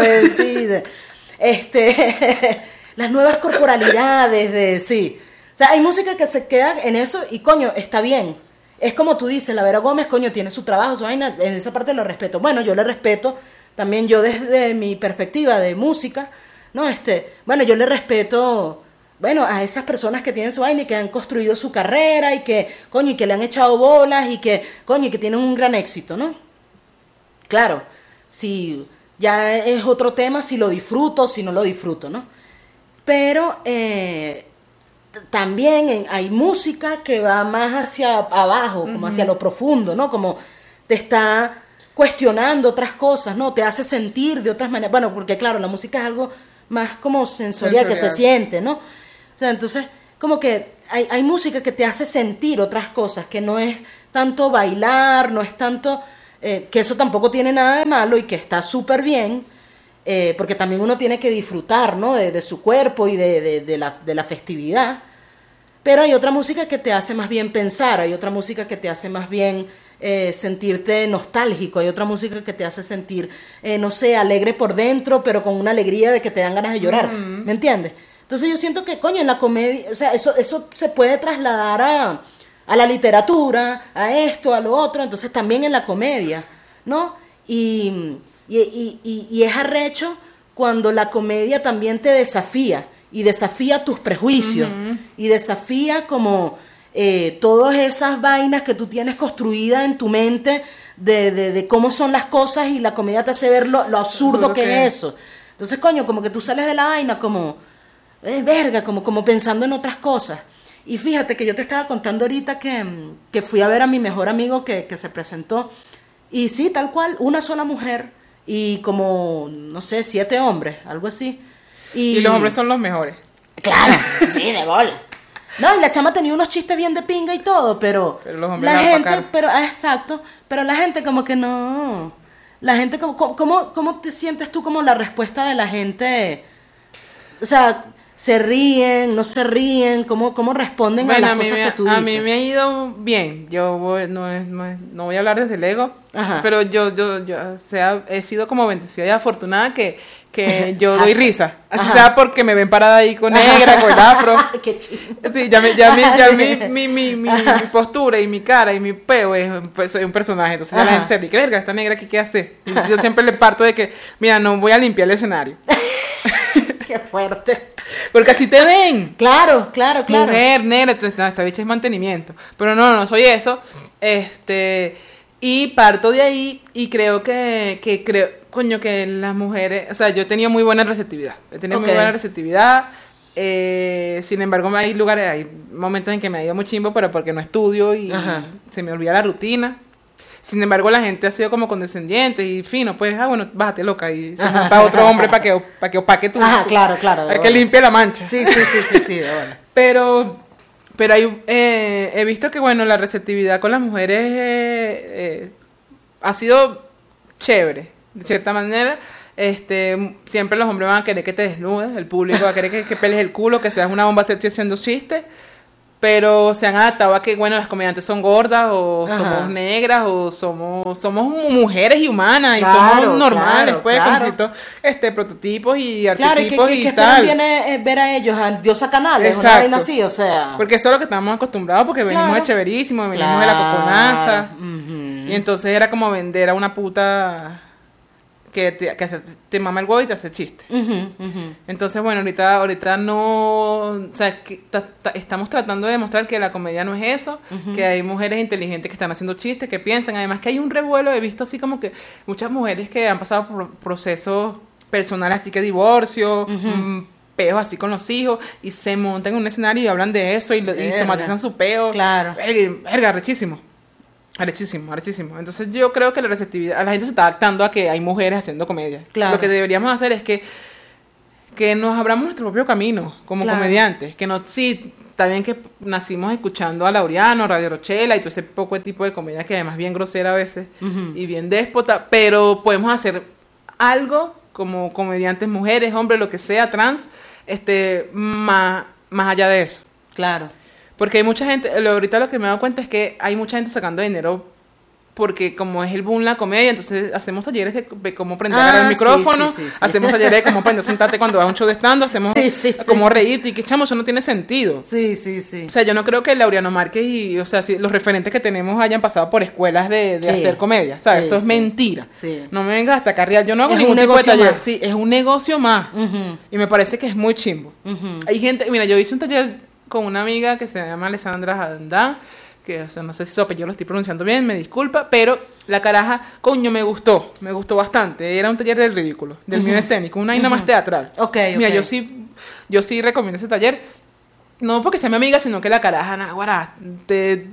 las nuevas corporalidades, sí. O sea, hay música que se queda en eso y, coño, está bien. Es como tú dices, la Vera Gómez, coño, tiene su trabajo, su vaina, en esa parte lo respeto. Bueno, yo le respeto también, yo desde mi perspectiva de música, ¿no? Bueno, yo le respeto, bueno, a esas personas que tienen su vaina y que han construido su carrera y que, coño, y que le han echado bolas y que, coño, y que tienen un gran éxito, ¿no? Claro, si ya es otro tema si lo disfruto, si no lo disfruto, ¿no? Pero, también hay música que va más hacia abajo, como hacia lo profundo, ¿no? Como te está cuestionando otras cosas, ¿no? Te hace sentir de otras maneras. Bueno, porque claro, la música es algo más como sensorial, que se siente, ¿no? O sea, entonces, como que hay música que te hace sentir otras cosas, que no es tanto bailar, no es tanto... que eso tampoco tiene nada de malo y que está súper bien, porque también uno tiene que disfrutar, ¿no? de su cuerpo y de la festividad. Pero hay otra música que te hace más bien pensar, hay otra música que te hace más bien sentirte nostálgico, hay otra música que te hace sentir, no sé, alegre por dentro, pero con una alegría de que te dan ganas de llorar, ¿me entiendes? Entonces yo siento que, coño, en la comedia, o sea, eso se puede trasladar a la literatura, a esto, a lo otro, entonces también en la comedia, ¿no? Y es arrecho cuando la comedia también te desafía, y desafía tus prejuicios, y desafía como todas esas vainas que tú tienes construidas en tu mente de cómo son las cosas, y la comedia te hace ver lo absurdo que es eso. Entonces, coño, como que tú sales de la vaina como, verga, como pensando en otras cosas. Y fíjate que yo te estaba contando ahorita que fui a ver a mi mejor amigo que se presentó, y sí, tal cual, una sola mujer y como, no sé, 7 hombres, algo así. Y los hombres son los mejores. Claro, sí, de bola. No, y la chama tenía unos chistes bien de pinga y todo, pero los hombres la gente, apacar. exacto, pero la gente como que no. La gente ¿cómo te sientes tú como la respuesta de la gente? O sea, ¿se ríen, no se ríen? ¿Cómo responden a las cosas que tú dices? A mí me ha ido bien. No voy a hablar desde el ego, Ajá. pero o sea, he sido como bendecida y afortunada que yo doy risa. Así Ajá. sea porque me ven parada ahí con negra, con el afro. Qué chido. Sí, mi postura y mi cara y mi peo soy un personaje. Entonces la gente se ríe, ¿qué verga? Esta negra aquí, ¿qué hace? Entonces yo siempre le parto de que, mira, no voy a limpiar el escenario. Qué fuerte. Porque así te ven. Claro. Mujer, negra, entonces, no, esta bicha es mantenimiento. Pero no soy eso. Y parto de ahí y creo coño, que las mujeres, o sea, yo he tenido muy buena receptividad. Sin embargo, hay momentos en que me ha ido muy chimbo, pero porque no estudio y se me olvida la rutina. Sin embargo, la gente ha sido como condescendiente y fino, pues, bueno, bájate loca y se monta otro hombre para que opaque tu... Claro. Para que limpie la mancha. Sí, de bueno. Pero he visto que, bueno, la receptividad con las mujeres ha sido chévere, de cierta manera. Siempre los hombres van a querer que te desnudes, el público va a querer que peles el culo, que seas una bomba sexy haciendo chistes. Pero se han adaptado a que, bueno, las comediantes son gordas o somos negras o somos mujeres y humanas y somos normales, pues, con distintos prototipos y arquetipos y que tal. Viene ver a ellos, a Diosa Canales, exacto. una vaina así, o sea. Porque eso es lo que estamos acostumbrados, porque venimos de Chéverísimo, venimos de La Coconaza. Y entonces era como vender a una puta que te mama el huevo y te hace chiste. Entonces, bueno, ahorita no... O sea, estamos tratando de demostrar que la comedia no es eso, que hay mujeres inteligentes que están haciendo chistes, que piensan. Además que hay un revuelo, he visto así como que muchas mujeres que han pasado por procesos personales, así que divorcio, peos así con los hijos, y se montan en un escenario y hablan de eso y somatizan su peo. Claro. Verga, arrechísimo. Entonces yo creo que la receptividad, la gente se está adaptando a que hay mujeres haciendo comedia. Claro. Lo que deberíamos hacer es que nos abramos nuestro propio camino como comediantes. Sí, está bien que nacimos escuchando a Laureano, Radio Rochela y todo ese poco de tipo de comedia que además bien grosera a veces y bien déspota, pero podemos hacer algo como comediantes mujeres, hombres, lo que sea, trans, más allá de eso. Claro. Porque hay mucha gente, ahorita lo que me he dado cuenta es que hay mucha gente sacando dinero porque como es el boom la comedia, entonces hacemos talleres de cómo aprender a agarrar el micrófono, hacemos talleres de cómo aprender a sentarte cuando vas a un show de stand-up, hacemos cómo reírte y que chamo, eso no tiene sentido. Sí. O sea, yo no creo que Laureano Márquez y, o sea, los referentes que tenemos hayan pasado por escuelas de hacer comedia, ¿sabes? Eso es mentira. Sí. No me vengas a sacar real, yo no hago ningún tipo de taller. Más. Sí, es un negocio más. Y me parece que es muy chimbo. Hay gente, mira, yo hice un taller con una amiga que se llama Alessandra Jandán, que, o sea, no sé si su apellido lo estoy pronunciando bien, me disculpa, pero la caraja, coño, me gustó bastante. Era un taller del ridículo, del mío escénico, una vaina más teatral. Mira, yo sí recomiendo ese taller, no porque sea mi amiga, sino que la caraja, naguará, te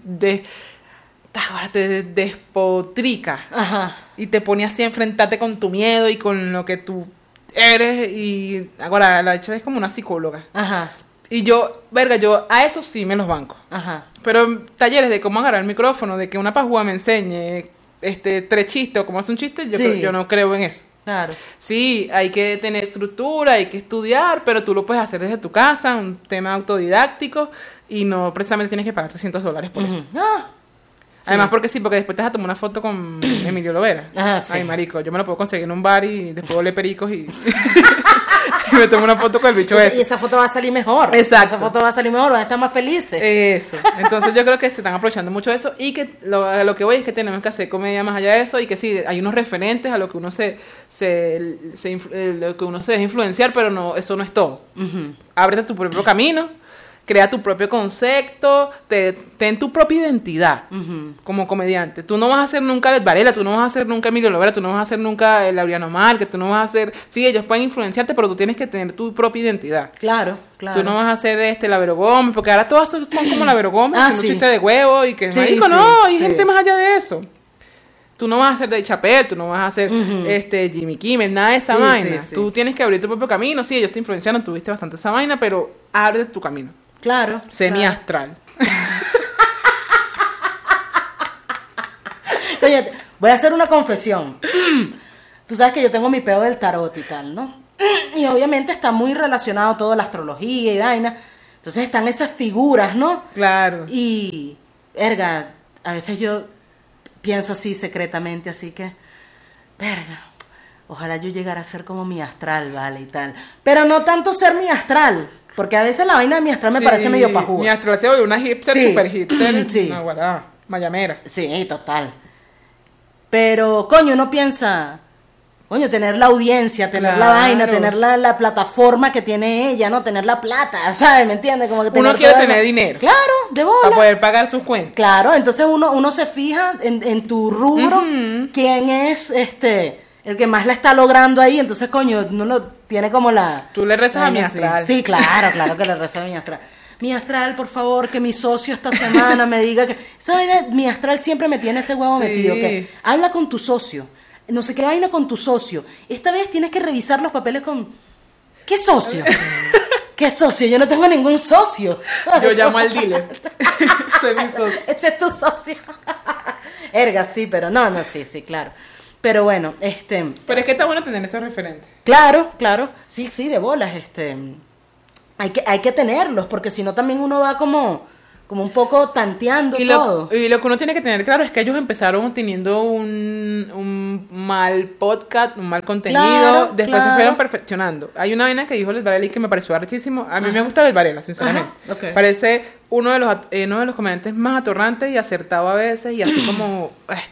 despotrica y te pone así a enfrentarte con tu miedo y con lo que tú eres y ahora la hecha es como una psicóloga. Y yo a eso sí me los banco. Pero talleres de cómo agarrar el micrófono, de que una pajúa me enseñe 3 chistes o cómo hacer un chiste, yo no creo en eso. Claro. Sí, hay que tener estructura, hay que estudiar, pero tú lo puedes hacer desde tu casa, un tema autodidáctico, y no precisamente tienes que pagar $300 por eso. Además, porque después te vas a tomar una foto con Emilio Lovera. Ay, marico, yo me lo puedo conseguir en un bar y después olé pericos y me tomo una foto con el bicho ese. Y esa foto va a salir mejor. Exacto. Esa foto va a salir mejor, van a estar más felices. Eso. Entonces yo creo que se están aprovechando mucho de eso y que lo que voy es que tenemos que hacer comedia más allá de eso y que sí, hay unos referentes a lo que uno lo que uno se deja influenciar, pero no, eso no es todo. Ábrete tu propio camino. Crea tu propio concepto, ten tu propia identidad como comediante. Tú no vas a ser nunca Led Varela, tú no vas a ser nunca Emilio Lovera, tú no vas a ser nunca Laureano Márquez, tú no vas a ser... Sí, ellos pueden influenciarte, pero tú tienes que tener tu propia identidad. Claro. Tú no vas a ser la Vero Gómez, porque ahora todas son como la Vero Gómez, haciendo chistes de huevo y que... marico, no, hay gente más allá de eso. Tú no vas a ser Dave Chappelle, tú no vas a ser Jimmy Kimmel, nada de esa vaina. Tú tienes que abrir tu propio camino. Sí, ellos te influenciaron, tuviste bastante esa vaina, pero abre tu camino. Claro. Semi-astral. Oye, voy a hacer una confesión. Tú sabes que yo tengo mi peo del tarot y tal, ¿no? Y obviamente está muy relacionado todo la astrología y vaina. Entonces están esas figuras, ¿no? Claro. Y, verga, a veces yo pienso así secretamente, así que, verga, ojalá yo llegara a ser como mi astral, ¿vale? Y tal. Pero no tanto ser mi astral, porque a veces la vaina de mi astral me parece medio pajuda. Mi astral se volvió una hipster, Sí. super hipster. Sí. Una guarada, mayamera. Sí, total. Pero, coño, uno piensa, coño, tener la audiencia, tener la Claro. vaina, tener la plataforma que tiene ella, ¿no? Tener la plata, ¿sabes? ¿Me entiendes? Como que Uno tener quiere todo tener eso. dinero. Claro, de bola. Para poder pagar sus cuentas. Claro, entonces uno se fija en tu rubro, quién es el que más la está logrando ahí, entonces coño, uno lo tiene como la... Tú le rezas a mi sí. astral. Sí, claro que le rezo a mi astral. Mi astral, por favor, que mi socio esta semana me diga que... Esa vaina, mi astral siempre me tiene ese huevo Sí. metido, que habla con tu socio, no sé qué vaina con tu socio. Esta vez tienes que revisar los papeles con... ¿Qué socio? ¿Qué socio? Yo no tengo ningún socio. Yo llamo al dealer. Ese es mi socio. Ese es tu socio. Erga, sí, pero no, sí, claro. Pero bueno, Pero es que está bueno tener esos referentes. claro, sí, de bolas, hay que tenerlos, porque si no también uno va como un poco tanteando Y todo. y lo que uno tiene que tener claro es que ellos empezaron teniendo un mal podcast, un mal contenido, Claro, después claro. se fueron perfeccionando. Hay una vaina que dijo Les Varela y que me pareció arrechísimo. A mí me gusta Les Varela, sinceramente. Ajá, ok. Parece uno de los comediantes más atorrantes y acertado a veces y así como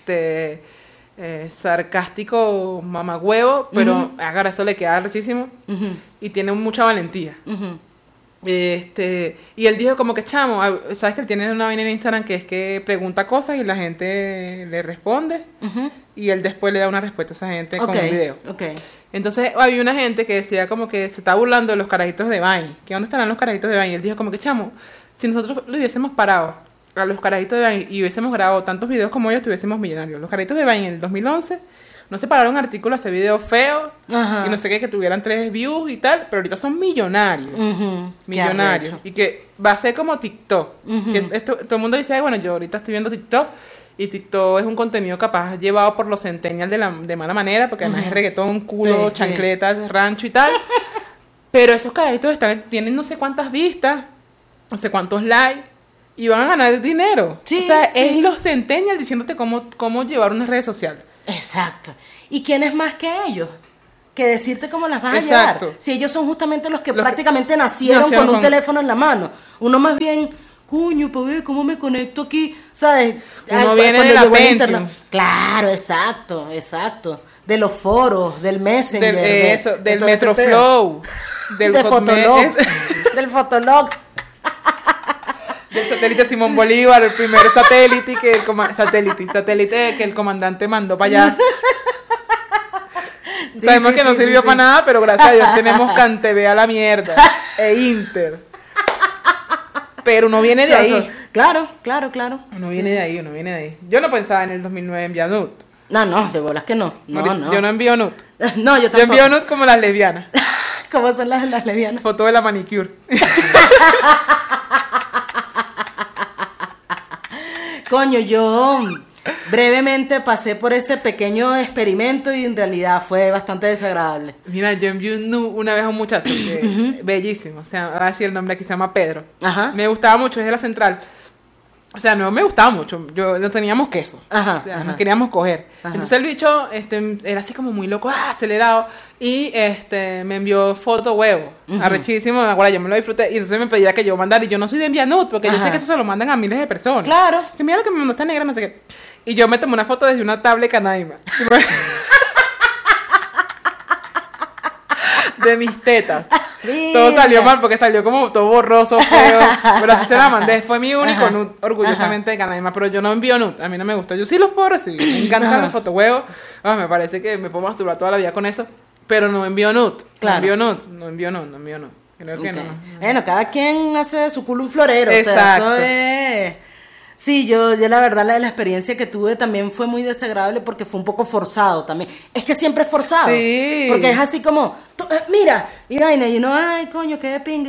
sarcástico mamagüevo, pero ahora eso le queda arrechísimo Ujú, y tiene mucha valentía. ujú. Y él dijo como que chamo, sabes que él tiene una vaina en Instagram que es que pregunta cosas y la gente le responde Ujú. y él después le da una respuesta a esa gente con Ok, un video. ok. Entonces había una gente que decía como que se está burlando de los carajitos de Vine, que dónde estarán los carajitos de Vine, y él dijo como que chamo, si nosotros lo hubiésemos parado a los carajitos de Vine y hubiésemos grabado tantos videos como ellos, tuviésemos millonarios. Los carajitos de Vine en el 2011 no se pararon artículos a ese video feo Ajá. y no sé qué, que tuvieran 3 views y tal, pero ahorita son millonarios. Ujú, qué Millonarios. arrecho. Y que va a ser como TikTok. Ujú. Que todo el mundo dice, "Ay, bueno, yo ahorita estoy viendo TikTok y TikTok es un contenido capaz llevado por los centennials de mala manera, porque además es reggaetón, culo, Sí, chancletas, rancho y tal. Pero esos carajitos tienen no sé cuántas vistas, no sé cuántos likes, y van a ganar dinero. Sí, o sea, sí. es los centennials diciéndote cómo llevar unas redes sociales. Exacto. ¿Y quién es más que ellos? Que decirte cómo las vas a Exacto. llevar. Si ellos son justamente los que Los que prácticamente nacieron nacieron con un con- teléfono en la mano. Uno más bien, coño, pa' ver cómo me conecto aquí, ¿sabes? Uno Ay, viene cuando de la llegó el Pentium. internet. Claro, exacto. De los foros, del Messenger. Del todo ese Metroflow, del de Fotolog. Hotmail, Del Fotolog. del satélite Simón Bolívar, el primer satélite satélite que el comandante mandó para allá. Sí, Sabemos sí, que no sí, sirvió sí, para sí. nada, pero gracias a Dios tenemos CanTV a la mierda e Inter. Pero uno viene de ahí. Claro. Uno viene de ahí. Yo no pensaba en el 2009 enviar nude. No, de bolas que no. No. Yo no envío nude. No, yo Yo tampoco. envío nude como las lesbianas. ¿Cómo son las lesbianas? Foto de la manicure. Coño, yo brevemente pasé por ese pequeño experimento y en realidad fue bastante desagradable. Mira, yo envié un nude una vez a un muchacho que bellísimo. O sea, ahora sí el nombre aquí se llama Pedro. Ajá. Me gustaba mucho, es de la central. O sea, no me gustaba mucho. No teníamos queso. Ajá, O sea, ajá. nos queríamos coger. Ajá. Entonces el bicho era así como muy loco, acelerado. Y me envió foto huevo. Arrechísimo. Me acuerdo, yo me lo disfruté. Y entonces me pedía que yo mandara. Y yo no soy de enviar nude, porque yo Ajá. sé que eso se lo mandan a miles de personas. Claro. Que mira lo que me mandó esta negra, no sé qué. Y yo me tomé una foto desde una tablet Canaima. De mis tetas. Todo Mira. salió mal porque salió como todo borroso, feo. Pero así se la mandé. Fue mi único Ajá. nude, orgullosamente de Canaima. Pero yo no envío nude. A mí no me gusta. Yo sí los puedo recibir. Me encantan Ajá. los fotohuevos. Me parece que me puedo masturbar toda la vida con eso. Pero no envío nude. Claro. No envío nude. Creo que Ok. no. Bueno, cada quien hace de su culo un florero. O sea, Exacto. eso es... Sí, yo la verdad la experiencia que tuve también fue muy desagradable porque fue un poco forzado también. Es que siempre es forzado. Sí. Porque es así como, mira, y vaina, y uno, ay, coño, qué de pinga y tal.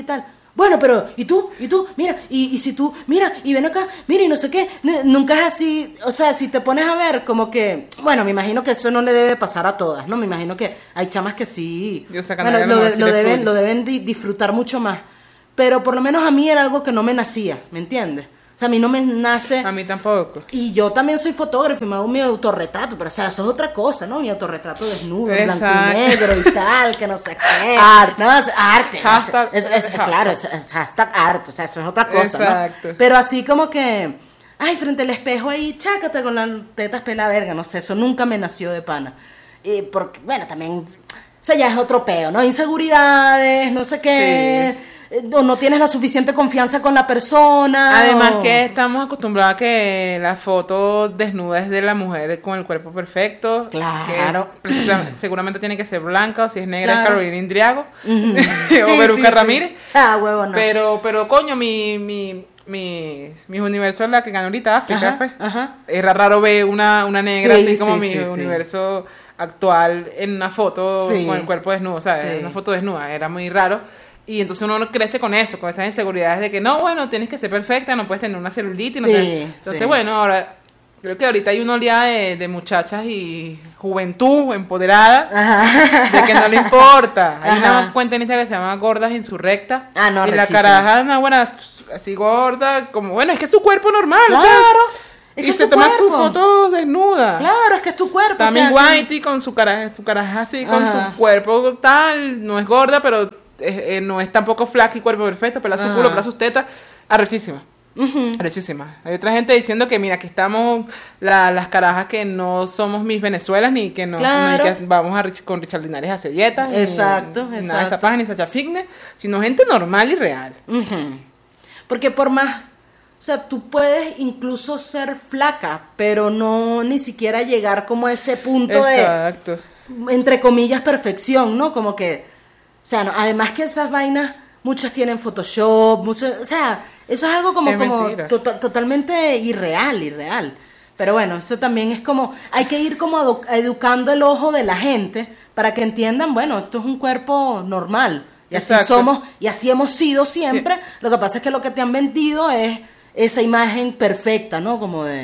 Bueno, pero, ¿y tú? Mira, y si tú, mira, y ven acá, mira, y no sé qué, nunca es así, o sea, si te pones a ver, como que, bueno, me imagino que eso no le debe pasar a todas, ¿no? Me imagino que hay chamas que sí, bueno, lo deben disfrutar mucho más, pero por lo menos a mí era algo que no me nacía, ¿me entiendes? O sea, a mí no me nace... A mí tampoco. Y yo también soy fotógrafo y me hago mi autorretrato, pero o sea, eso es otra cosa, ¿no? Mi autorretrato desnudo, en blanco y negro y tal, que no sé qué. Arte. No, es arte. Hashtag, Claro, es hashtag arte, o sea, eso es otra cosa, exacto. ¿no? Pero así como que, ay, frente al espejo ahí, chácate con las tetas pela verga, no sé, eso nunca me nació de pana. Y porque, bueno, también, o sea, ya es otro peo, ¿no? Inseguridades, no sé qué... Sí. O no tienes la suficiente confianza con la persona. Además que estamos acostumbrados a que la foto desnuda es de la mujer con el cuerpo perfecto. Claro. Que seguramente tiene que ser blanca, o si es negra Claro. es Carolina Indriago. Uh-huh. O Veruca Ramírez. Ah, huevo, no. Pero coño, mis universos, la que ganó ahorita África, Ajá, fue. ajá. Era raro ver una negra Sí, así como sí, mi sí, sí. universo actual en una foto Sí. con el cuerpo desnudo, o sea, Sí. una foto desnuda, era muy raro. Y entonces uno crece con eso, con esas inseguridades de que no, bueno, tienes que ser perfecta, no puedes tener una celulitis. Sí, Entonces, sí. bueno, ahora creo que ahorita hay una oleada de muchachas y juventud empoderada Ajá. de que no le importa. Hay Ajá. una cuenta en Instagram que se llama Gordas Insurrecta. Ah, no, y la rechísima. caraja, una buena, así gorda, como, bueno, es que es su cuerpo normal, o sea, Claro. Es y que es se tu toma sus cuerpo. fotos desnuda. Claro, es que es tu cuerpo. También o sea, Whitey con su caraja así, con Ajá. su cuerpo tal, no es gorda, pero no es tampoco flaca y cuerpo perfecto, pela su Ajá. culo, pela sus tetas, arrechísima. Ujú. Arrechísima. Hay otra gente diciendo que mira, que estamos las carajas que no somos mis Venezuelas, ni que no, Claro. ni que vamos con Richard Linares a hacer dietas, ni Exacto, nada de esa exacto. paja, ni Sacha Fitness, sino gente normal y real. Ujú. Porque por más, o sea, tú puedes incluso ser flaca, pero no ni siquiera llegar como a ese punto Exacto. de, entre comillas, perfección, ¿no? Como que, o sea, no, además que esas vainas, muchas tienen Photoshop, muchas, o sea, eso es algo como, Es como mentira. totalmente irreal. Pero bueno, eso también es como, hay que ir como educando el ojo de la gente para que entiendan, bueno, esto es un cuerpo normal. Y así Exacto. somos, y así hemos sido siempre. Sí. Lo que pasa es que lo que te han vendido es esa imagen perfecta, ¿no? Como de...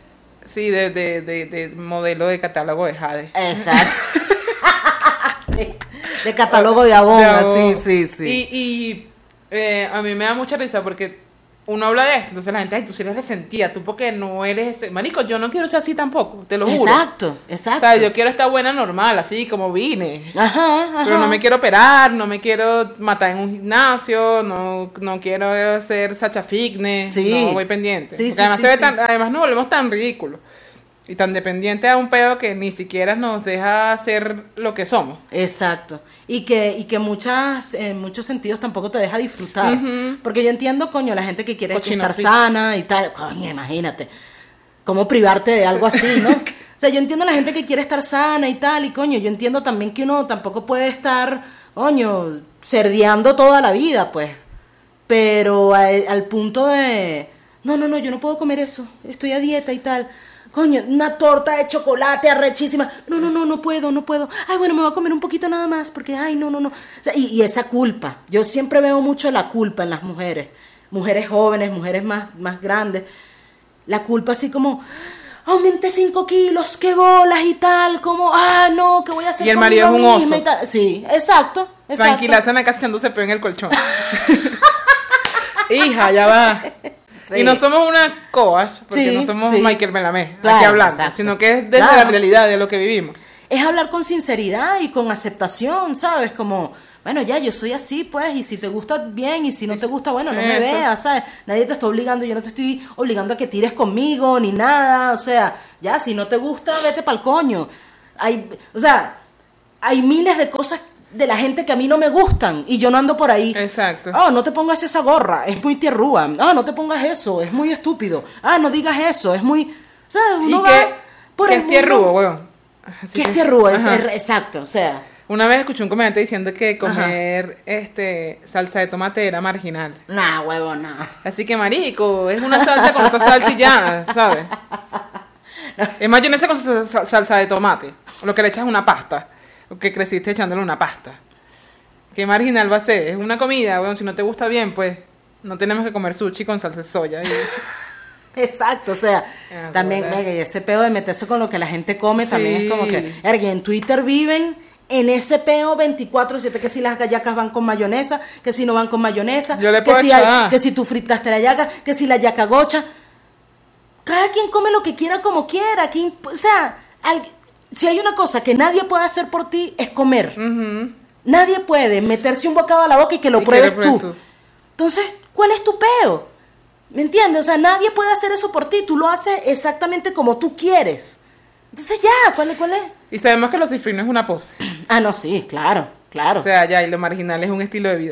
Sí, de modelo de catálogo de Jade. Exacto. De catálogo de Avon, sí. Y a mí me da mucha risa porque uno habla de esto, entonces la gente, ay, tú sí eres resentida, tú porque no eres ese... Marico, yo no quiero ser así tampoco, te lo juro. Exacto. O sea, yo quiero estar buena normal, así como vine. Ajá. Pero no me quiero operar, no me quiero matar en un gimnasio, no quiero ser Sacha Fitness, no voy pendiente. Sí, porque además nos volvemos tan ridículos y tan dependientes a un pedo que ni siquiera nos deja ser lo que somos. Exacto. Y que en muchos sentidos tampoco te deja disfrutar. Uh-huh. Porque yo entiendo, coño, la gente que quiere estar sana y tal. Coño, imagínate. ¿Cómo privarte de algo así, no? O sea, yo entiendo la gente que quiere estar sana y tal. Y coño, yo entiendo también que uno tampoco puede estar, coño, cerdeando toda la vida, pues. Pero al punto de... No, yo no puedo comer eso. Estoy a dieta y tal. Coño, una torta de chocolate arrechísima. No puedo. Ay, bueno, me voy a comer un poquito nada más porque, ay, no. O sea, y esa culpa. Yo siempre veo mucho la culpa en las mujeres. Mujeres jóvenes, mujeres más grandes. La culpa así como, aumenté 5 kilos, qué bolas y tal. Como, no, ¿qué voy a hacer? Y el marido es un oso. Y tal. Sí, exacto. Tranquila, están acá echándose peo en el colchón. Hija, ya va. Sí. Y no somos una coach, porque no somos Michael Melamé, claro, aquí hablando, exacto. Sino que es desde la realidad de lo que vivimos. Es hablar con sinceridad y con aceptación, ¿sabes? Como, bueno, ya, yo soy así, pues, y si te gusta, bien, y si no te gusta, bueno, no me veas, ¿sabes? Nadie te está obligando, yo no te estoy obligando a que tires conmigo, ni nada, o sea, ya, si no te gusta, vete pa'l coño. Hay miles de cosas de la gente que a mí no me gustan y yo no ando por ahí. Exacto. No te pongas esa gorra, es muy tierrúa. No te pongas eso, es muy estúpido. No digas eso, es muy... ¿Sabes? Uno va por ¿qué es tierrúa, weón? ¿Qué es tierrúa? Exacto, o sea... Una vez escuché un comediante diciendo que comer salsa de tomate era marginal. Nah, huevo, no. Así que, marico, es una salsa con otra salsa y ya, ¿sabes? Es mayonesa con salsa de tomate. Lo que le echas es una pasta. Que creciste echándole una pasta. ¿Qué marginal va a ser? Es una comida, bueno, si no te gusta bien, pues no tenemos que comer sushi con salsa de soya. Exacto, o sea, también ese peo de meterse con lo que la gente come también es como que, en Twitter viven en ese peo 24/7, que si las hallacas van con mayonesa, que si no van con mayonesa, Yo le puedo echar. que si tú fritaste la hallaca, que si la hallaca gocha. Cada quien come lo que quiera como quiera. O sea, si hay una cosa que nadie puede hacer por ti es comer. Uh-huh. Nadie puede meterse un bocado a la boca y que lo pruebes tú. Entonces, ¿cuál es tu peo? ¿Me entiendes? O sea, nadie puede hacer eso por ti. Tú lo haces exactamente como tú quieres. Entonces ya, ¿cuál es? Y sabemos que los cifrinos es una pose. Ah, no, sí, claro. O sea, ya, y lo marginal es un estilo de vida.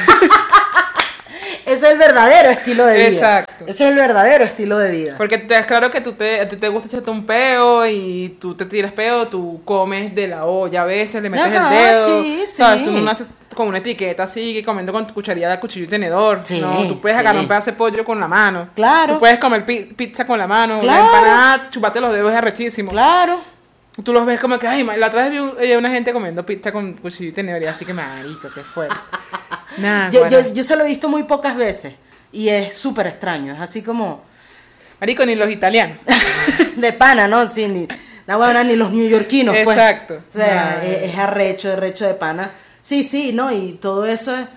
Ese es el verdadero estilo de vida. Exacto. Ese es el verdadero estilo de vida. Porque es claro que a ti te gusta echarte un peo y tú te tiras peo, tú comes de la olla a veces, le metes el dedo. Sí, ¿sabes? sí. Tú no haces con una etiqueta así, comiendo con tu cucharilla, cuchillo y tenedor. Sí, no, tú puedes agarrar un pedazo de pollo con la mano. Claro. Tú puedes comer pizza con la mano. Claro. La empanada, chuparte los dedos es arrechísimo. Claro. Tú los ves como que, ay, la otra vez vi una gente comiendo pizza con cuchillo y tenedor y así que marico, qué fuerte. Nah, yo se lo he visto muy pocas veces y es súper extraño, es así como... Marico, ni los italianos. de pana, ¿no? Sí, ni los neoyorquinos, pues. Exacto. O sea, es arrecho de pana. Sí, ¿no? Y todo eso es...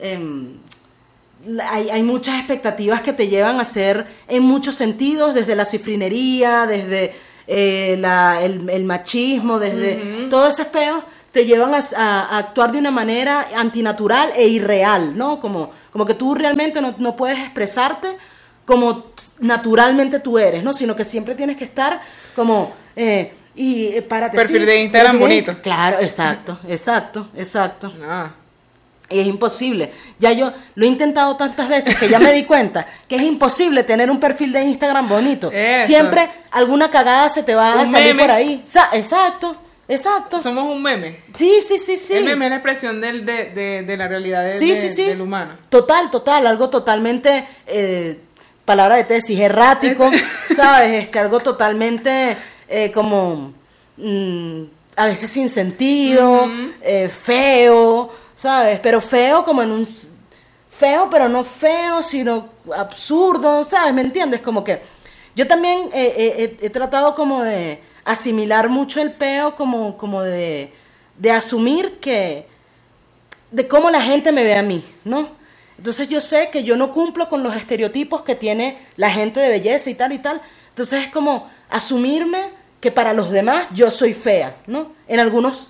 hay muchas expectativas que te llevan a hacer en muchos sentidos, desde la cifrinería, desde el machismo, desde todo ese peo, te llevan a actuar de una manera antinatural e irreal, ¿no? Como que tú realmente no puedes expresarte como naturalmente tú eres, ¿no? Sino que siempre tienes que estar como... párate, perfil de Instagram bonito. Claro, exacto. No. Y es imposible. Ya yo lo he intentado tantas veces que ya me di cuenta que es imposible tener un perfil de Instagram bonito. Eso. Siempre alguna cagada se te va a salir meme. por ahí. Exacto. Somos un meme. Sí. El meme es la expresión de la realidad del humano. Total. Algo totalmente, palabra de tesis, errático, ¿sabes? Algo totalmente como a veces sin sentido, feo, ¿sabes? Pero feo como en un... Feo, pero no feo, sino absurdo, ¿sabes? ¿Me entiendes? Como que yo también he tratado como de asimilar mucho el peo, como de asumir que... de cómo la gente me ve a mí, ¿no? Entonces yo sé que yo no cumplo con los estereotipos que tiene la gente de belleza y tal. Entonces es como asumirme que para los demás yo soy fea, ¿no? En algunas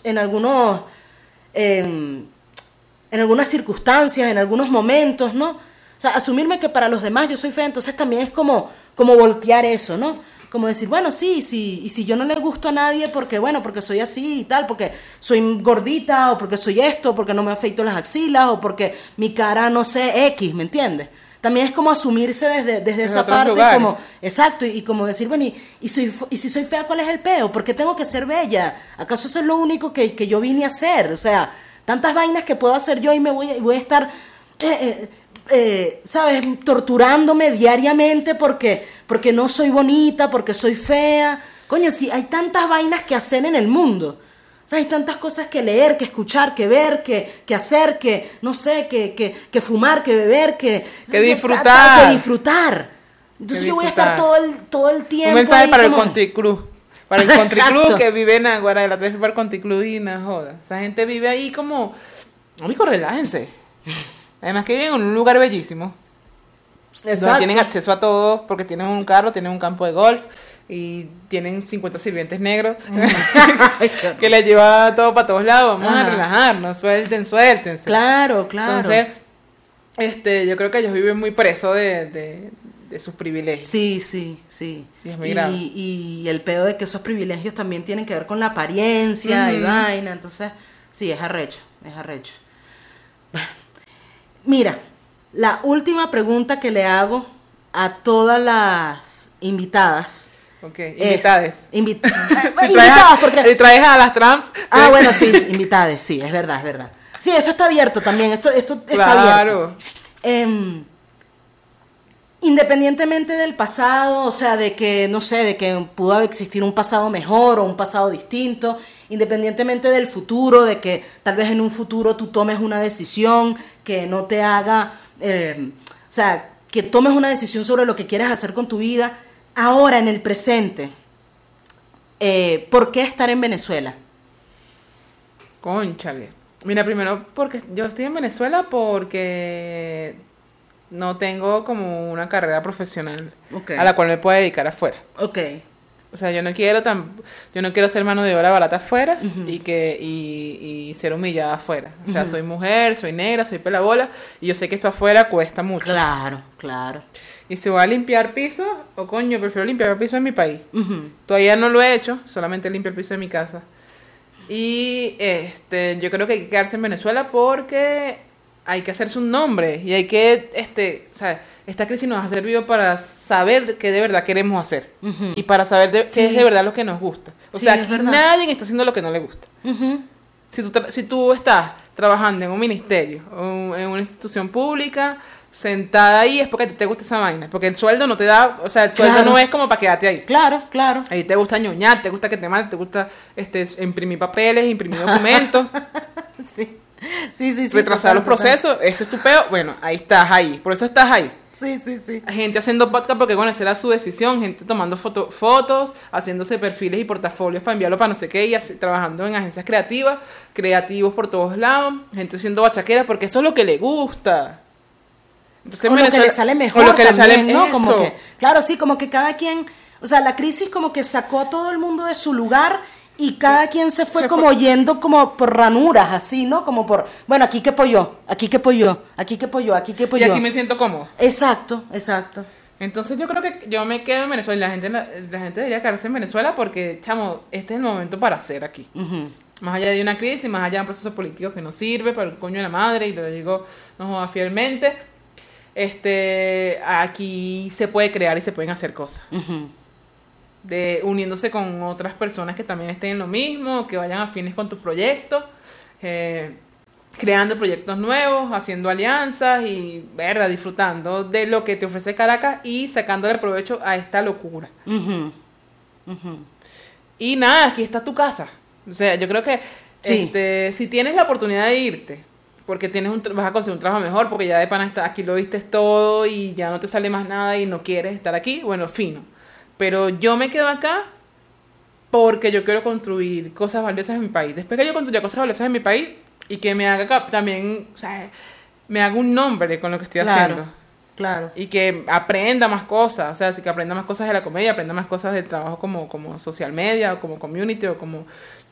circunstancias, en algunos momentos, ¿no? O sea, asumirme que para los demás yo soy fea, entonces también es como voltear eso, ¿no? Como decir, bueno, sí, y si yo no le gusto a nadie porque soy así y tal, porque soy gordita, o porque soy esto, porque no me afeito las axilas, o porque mi cara, no sé, X, ¿me entiendes? También es como asumirse desde esa parte, y como, exacto, y como decir, bueno, y si soy fea, ¿cuál es el peo? ¿Por qué tengo que ser bella? ¿Acaso eso es lo único que yo vine a hacer? O sea, tantas vainas que puedo hacer yo y voy a estar, ¿sabes? Torturándome diariamente porque no soy bonita, porque soy fea. Coño, si hay tantas vainas que hacer en el mundo. O sea, hay tantas cosas que leer, que escuchar, que ver, que hacer, que, no sé, que fumar, que beber, que disfrutar. Entonces yo voy a estar todo el tiempo. Un mensaje para como... el Country Club. Para el Country Club que vive en Aguara de la Tres para el Country Club y no joda. Esa gente vive ahí como... Amigo, relájense. Además que viven en un lugar bellísimo. Exacto. Donde tienen acceso a todo porque tienen un carro, tienen un campo de golf y tienen 50 sirvientes negros que les lleva todo para todos lados. Vamos a relajarnos, suéltense. Claro. Entonces, yo creo que ellos viven muy presos de sus privilegios. Sí. Y es muy grave. Y el pedo de que esos privilegios también tienen que ver con la apariencia y vaina. Entonces, sí, es arrecho. Mira, la última pregunta que le hago a todas las invitadas. Ok, invitades. Invitadas, porque... ¿Traes a las trans? Ah, bueno, sí, invitades, sí, es verdad. Sí, esto está abierto también, esto está abierto. Independientemente del pasado, o sea, de que, no sé, de que pudo existir un pasado mejor o un pasado distinto, independientemente del futuro, de que tal vez en un futuro tú tomes una decisión que no te haga, o sea, que tomes una decisión sobre lo que quieres hacer con tu vida, ahora en el presente, ¿por qué estar en Venezuela? Cónchale. Mira, primero, porque yo estoy en Venezuela porque no tengo como una carrera profesional Okay. a la cual me pueda dedicar afuera. Ok. O sea, yo no quiero ser mano de obra barata afuera y ser humillada afuera. O sea, soy mujer, soy negra, soy pelabola y yo sé que eso afuera cuesta mucho. Claro, claro. Y si voy a limpiar piso, coño, prefiero limpiar piso en mi país. Ujú. Todavía no lo he hecho, solamente limpio el piso de mi casa. Y yo creo que hay que quedarse en Venezuela porque hay que hacerse un nombre y hay que, ¿sabes? Esta crisis nos ha servido para saber qué de verdad queremos hacer y para saber qué es de verdad lo que nos gusta. O sea, aquí nadie está haciendo lo que no le gusta. Si tú estás trabajando en un ministerio o en una institución pública, sentada ahí es porque a ti te gusta esa vaina, porque el sueldo no te da, o sea, el sueldo no es como para quedarte ahí. Claro, claro. Ahí te gusta ñoñar, te gusta que te manden, te gusta imprimir papeles, imprimir documentos. Sí. Sí. Retrasar los procesos, ese es tu peo. Bueno, ahí estás ahí, por eso estás ahí. Sí. Gente haciendo podcast porque bueno, esa era su decisión, gente tomando fotos, haciéndose perfiles y portafolios para enviarlo para no sé qué, y trabajando en agencias creativos por todos lados, gente haciendo bachaquera porque eso es lo que le gusta. Entonces, o lo que le sale mejor, o lo que también, le sale, ¿no? eso. Como que, claro, sí, como que cada quien, o sea, la crisis como que sacó a todo el mundo de su lugar y cada quien se fue como yendo como por ranuras, así, ¿no? Como por, bueno, aquí quepo yo, aquí quepo yo, aquí quepo yo, aquí quepo yo. Y aquí me siento cómodo. Exacto. Entonces yo creo que yo me quedo en Venezuela. La gente debería quedarse en Venezuela porque, chamo, este es el momento para hacer aquí. Más allá de una crisis, más allá de un proceso político que no sirve para el coño de la madre, y lo digo no joda fielmente, aquí se puede crear y se pueden hacer cosas. Uniéndose con otras personas que también estén en lo mismo, que vayan afines con tus proyectos, creando proyectos nuevos, haciendo alianzas y disfrutando de lo que te ofrece Caracas y sacándole provecho a esta locura. Y nada, aquí está tu casa. O sea, yo creo que Sí. si tienes la oportunidad de irte, porque vas a conseguir un trabajo mejor, porque ya de pana aquí lo viste todo y ya no te sale más nada y no quieres estar aquí, bueno, fino. Pero yo me quedo acá porque yo quiero construir cosas valiosas en mi país. Después que yo construya cosas valiosas en mi país y que me haga también, o sea, me haga un nombre con lo que estoy haciendo. Claro. Y que aprenda más cosas, o sea, que aprenda más cosas de la comedia, aprenda más cosas del trabajo como social media, o como community, o como,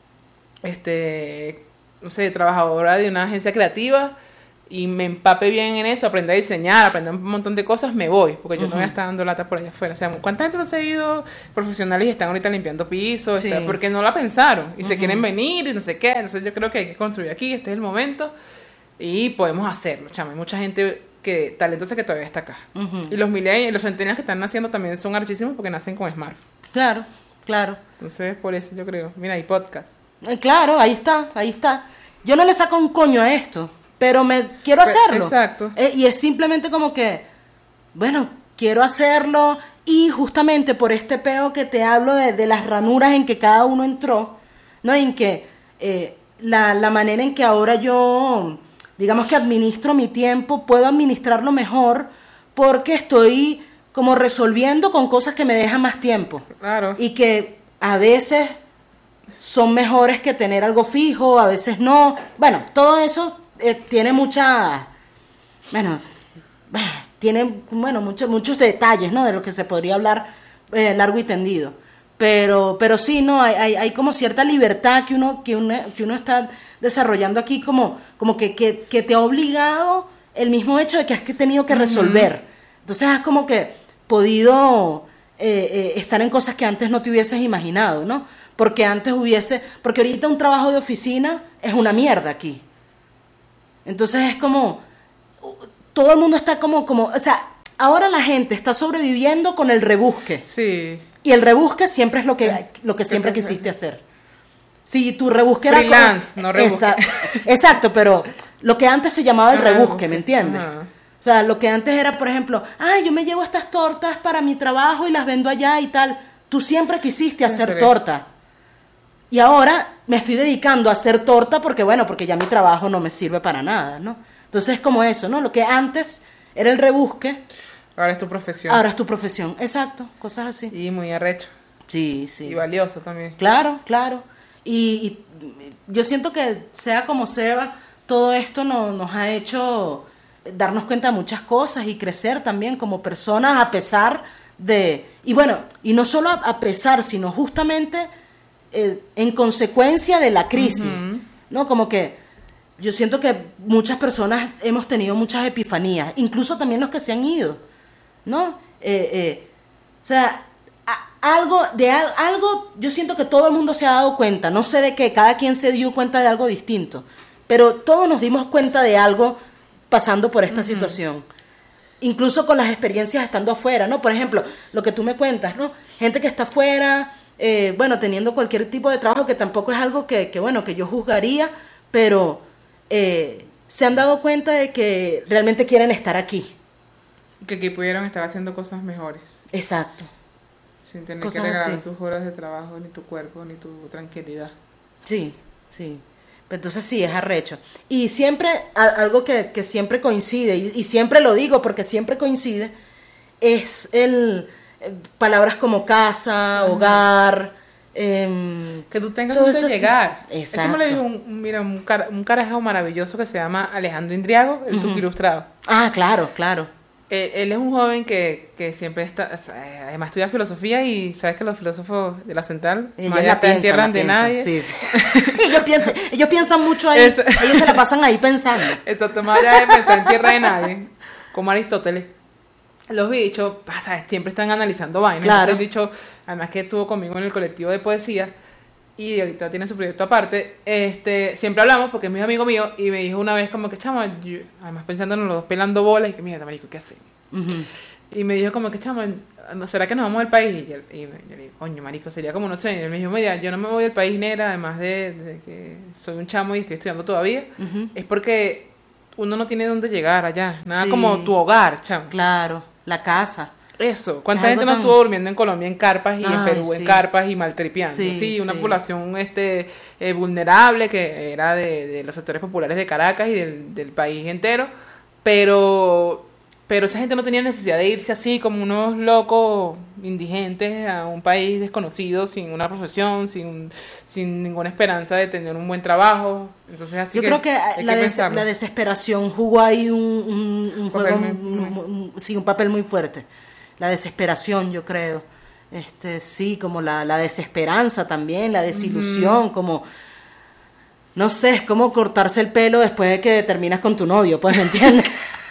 no sé, trabajadora de una agencia creativa, y me empape bien en eso, aprenda a diseñar, aprenda un montón de cosas, me voy, porque yo no voy a estar dando lata por allá afuera. O sea, ¿cuánta gente no se ha ido profesionales y están ahorita limpiando pisos? Sí. Porque no la pensaron, y se quieren venir, y no sé qué. Entonces yo creo que hay que construir aquí, este es el momento, y podemos hacerlo, chama. Hay mucha gente talentosa que todavía está acá. Y los millennials, los centennials que están naciendo también son archísimos porque nacen con smartphone. Claro. Entonces, por eso yo creo, mira, hay podcast. Claro, ahí está. Yo no le saco un coño a esto, pero quiero hacerlo. Exacto. Y es simplemente como que, bueno, quiero hacerlo, y justamente por este peo que te hablo de las ranuras en que cada uno entró, ¿no? En que la manera en que ahora yo, digamos que administro mi tiempo, puedo administrarlo mejor porque estoy como resolviendo con cosas que me dejan más tiempo. Claro. Y que a veces son mejores que tener algo fijo, a veces no. Bueno, todo eso tiene muchos detalles, ¿no? De lo que se podría hablar largo y tendido. Pero sí, no, hay como cierta libertad que uno está desarrollando aquí, como que te ha obligado el mismo hecho de que has tenido que resolver. Entonces has como que podido estar en cosas que antes no te hubieses imaginado, ¿no? Porque ahorita un trabajo de oficina es una mierda aquí. Entonces es como, todo el mundo está como, o sea, ahora la gente está sobreviviendo con el rebusque. Sí. Y el rebusque siempre es lo que siempre quisiste hacer. Si tu rebusque era freelance, no rebusque. Exacto, pero lo que antes se llamaba el rebusque, ¿me entiendes? Ajá. O sea, lo que antes era, por ejemplo, yo me llevo estas tortas para mi trabajo y las vendo allá y tal. Tú siempre quisiste hacer torta. Y ahora me estoy dedicando a hacer torta porque, bueno, porque ya mi trabajo no me sirve para nada, ¿no? Entonces es como eso, ¿no? Lo que antes era el rebusque. Ahora es tu profesión. Ahora es tu profesión, exacto, cosas así. Y muy arrecho. Sí, sí. Y valioso también. Claro, claro. Y yo siento que sea como sea, todo esto nos ha hecho darnos cuenta de muchas cosas y crecer también como personas a pesar de... Y bueno, y no solo a pesar, sino justamente en consecuencia de la crisis, ¿no? Como que yo siento que muchas personas hemos tenido muchas epifanías, incluso también los que se han ido, ¿no? O sea, algo, yo siento que todo el mundo se ha dado cuenta, no sé de qué, cada quien se dio cuenta de algo distinto, pero todos nos dimos cuenta de algo pasando por esta situación, incluso con las experiencias estando afuera, ¿no? Por ejemplo, lo que tú me cuentas, ¿no? Gente que está afuera, bueno, teniendo cualquier tipo de trabajo, que tampoco es algo que bueno, que yo juzgaría, pero se han dado cuenta de que realmente quieren estar aquí. Que aquí pudieron estar haciendo cosas mejores. Exacto. Sin tener Cosas que regalar así. tus horas de trabajo, ni tu cuerpo, ni tu tranquilidad. Sí, sí. Entonces sí, es arrecho. Y siempre, algo que siempre coincide, y siempre lo digo porque siempre coincide, es palabras como casa, hogar. Que tú tengas todo donde eso. llegar. Exacto. Eso me lo dijo un carajo maravilloso que se llama Alejandro Indriago, el Tuki Ilustrado. Ah, claro, claro. Él es un joven que siempre está, o sea, además estudia filosofía y sabes que los filósofos de la central no te entierran de nadie. Sí, sí. ellos piensan mucho ahí, ellos se la pasan ahí pensando. Exacto, más allá de pensar en tierra de nadie, como Aristóteles. Los bichos, ¿sabes? Siempre están analizando vainas. Claro. El bicho, además que estuvo conmigo en el colectivo de poesía y ahorita tiene su proyecto aparte, siempre hablamos porque es mi amigo mío y me dijo una vez como que, chamo, además pensando en los dos pelando bolas y que, mira, marico, ¿qué hacemos? Y me dijo como que, chamo, ¿no será que nos vamos del país? Y yo le digo, coño, marico, sería como no sé. Y él me dijo, mira, yo no me voy del país, negra, además de que soy un chamo y estoy estudiando todavía, es porque uno no tiene dónde llegar allá, nada Sí. como tu hogar, chamo. Claro, la casa. Eso, ¿cuánta Es gente algo no estuvo durmiendo en Colombia en carpas y en Ay, Perú sí. en carpas y maltripeando? Sí, Sí, una sí. población vulnerable que era de los sectores populares de Caracas y del país entero, pero esa gente no tenía necesidad de irse así como unos locos indigentes a un país desconocido, sin una profesión, sin ninguna esperanza de tener un buen trabajo. Entonces así Yo creo que hay que pensarlo. la desesperación jugó ahí un Papel juego, sí, un papel muy fuerte. La desesperación, yo creo. Sí, como la desesperanza también, la desilusión, como, no sé, es como cortarse el pelo después de que terminas con tu novio, pues, ¿me entiendes?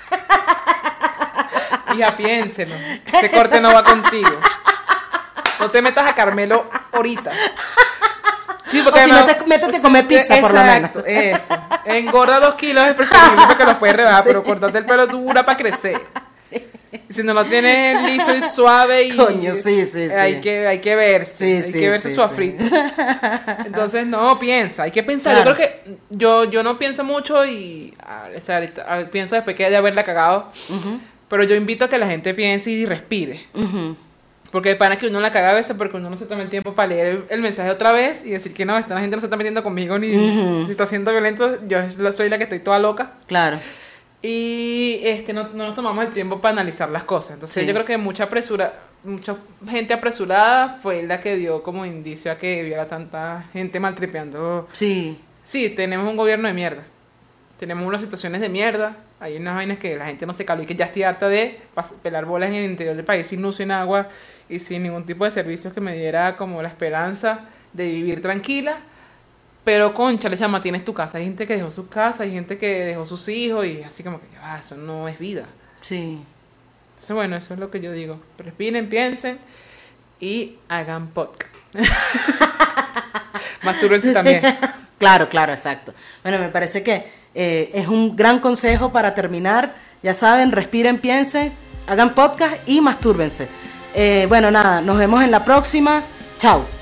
Hija, piénselo. Ese corte no va contigo. No te metas a Carmelo ahorita. Sí, porque O si además- no te métete a comer pizza, por lo Exacto, menos. eso. Engorda 2 kilos es preferible porque los puedes rebajar, pero cortarte el pelo dura para crecer. Sí. Si no lo tienes liso y suave y Coño, sí, sí, sí. hay que verse, Sí, hay sí, que verse sí, su sí. afrito. Entonces no piensa, hay que pensar. Claro. Yo creo que yo no pienso mucho y o sea, ahorita, pienso después que de haberla cagado. Pero yo invito a que la gente piense y respire. Porque para que uno la caga a veces porque uno no se toma el tiempo para leer el mensaje otra vez y decir que no, la gente no se está metiendo conmigo ni está siendo violento, yo soy la que estoy toda loca. Claro. Y no nos tomamos el tiempo para analizar las cosas. Entonces Sí. yo creo que mucha gente apresurada fue la que dio como indicio a que hubiera tanta gente maltripeando. Sí. Sí, tenemos un gobierno de mierda. Tenemos unas situaciones de mierda. Hay unas vainas que la gente no se caló y que ya estoy harta de pelar bolas en el interior del país sin luz, sin agua y sin ningún tipo de servicios que me diera como la esperanza de vivir tranquila. Pero concha, le llama, tienes tu casa. Hay gente que dejó su casa, hay gente que dejó sus hijos y así como que, eso no es vida. Sí. Entonces, bueno, eso es lo que yo digo. Respiren, piensen y hagan podcast. Mastúrbense también. Claro, claro, exacto. Bueno, me parece que es un gran consejo para terminar. Ya saben, respiren, piensen, hagan podcast y mastúrbense. Bueno, nada, nos vemos en la próxima. Chao.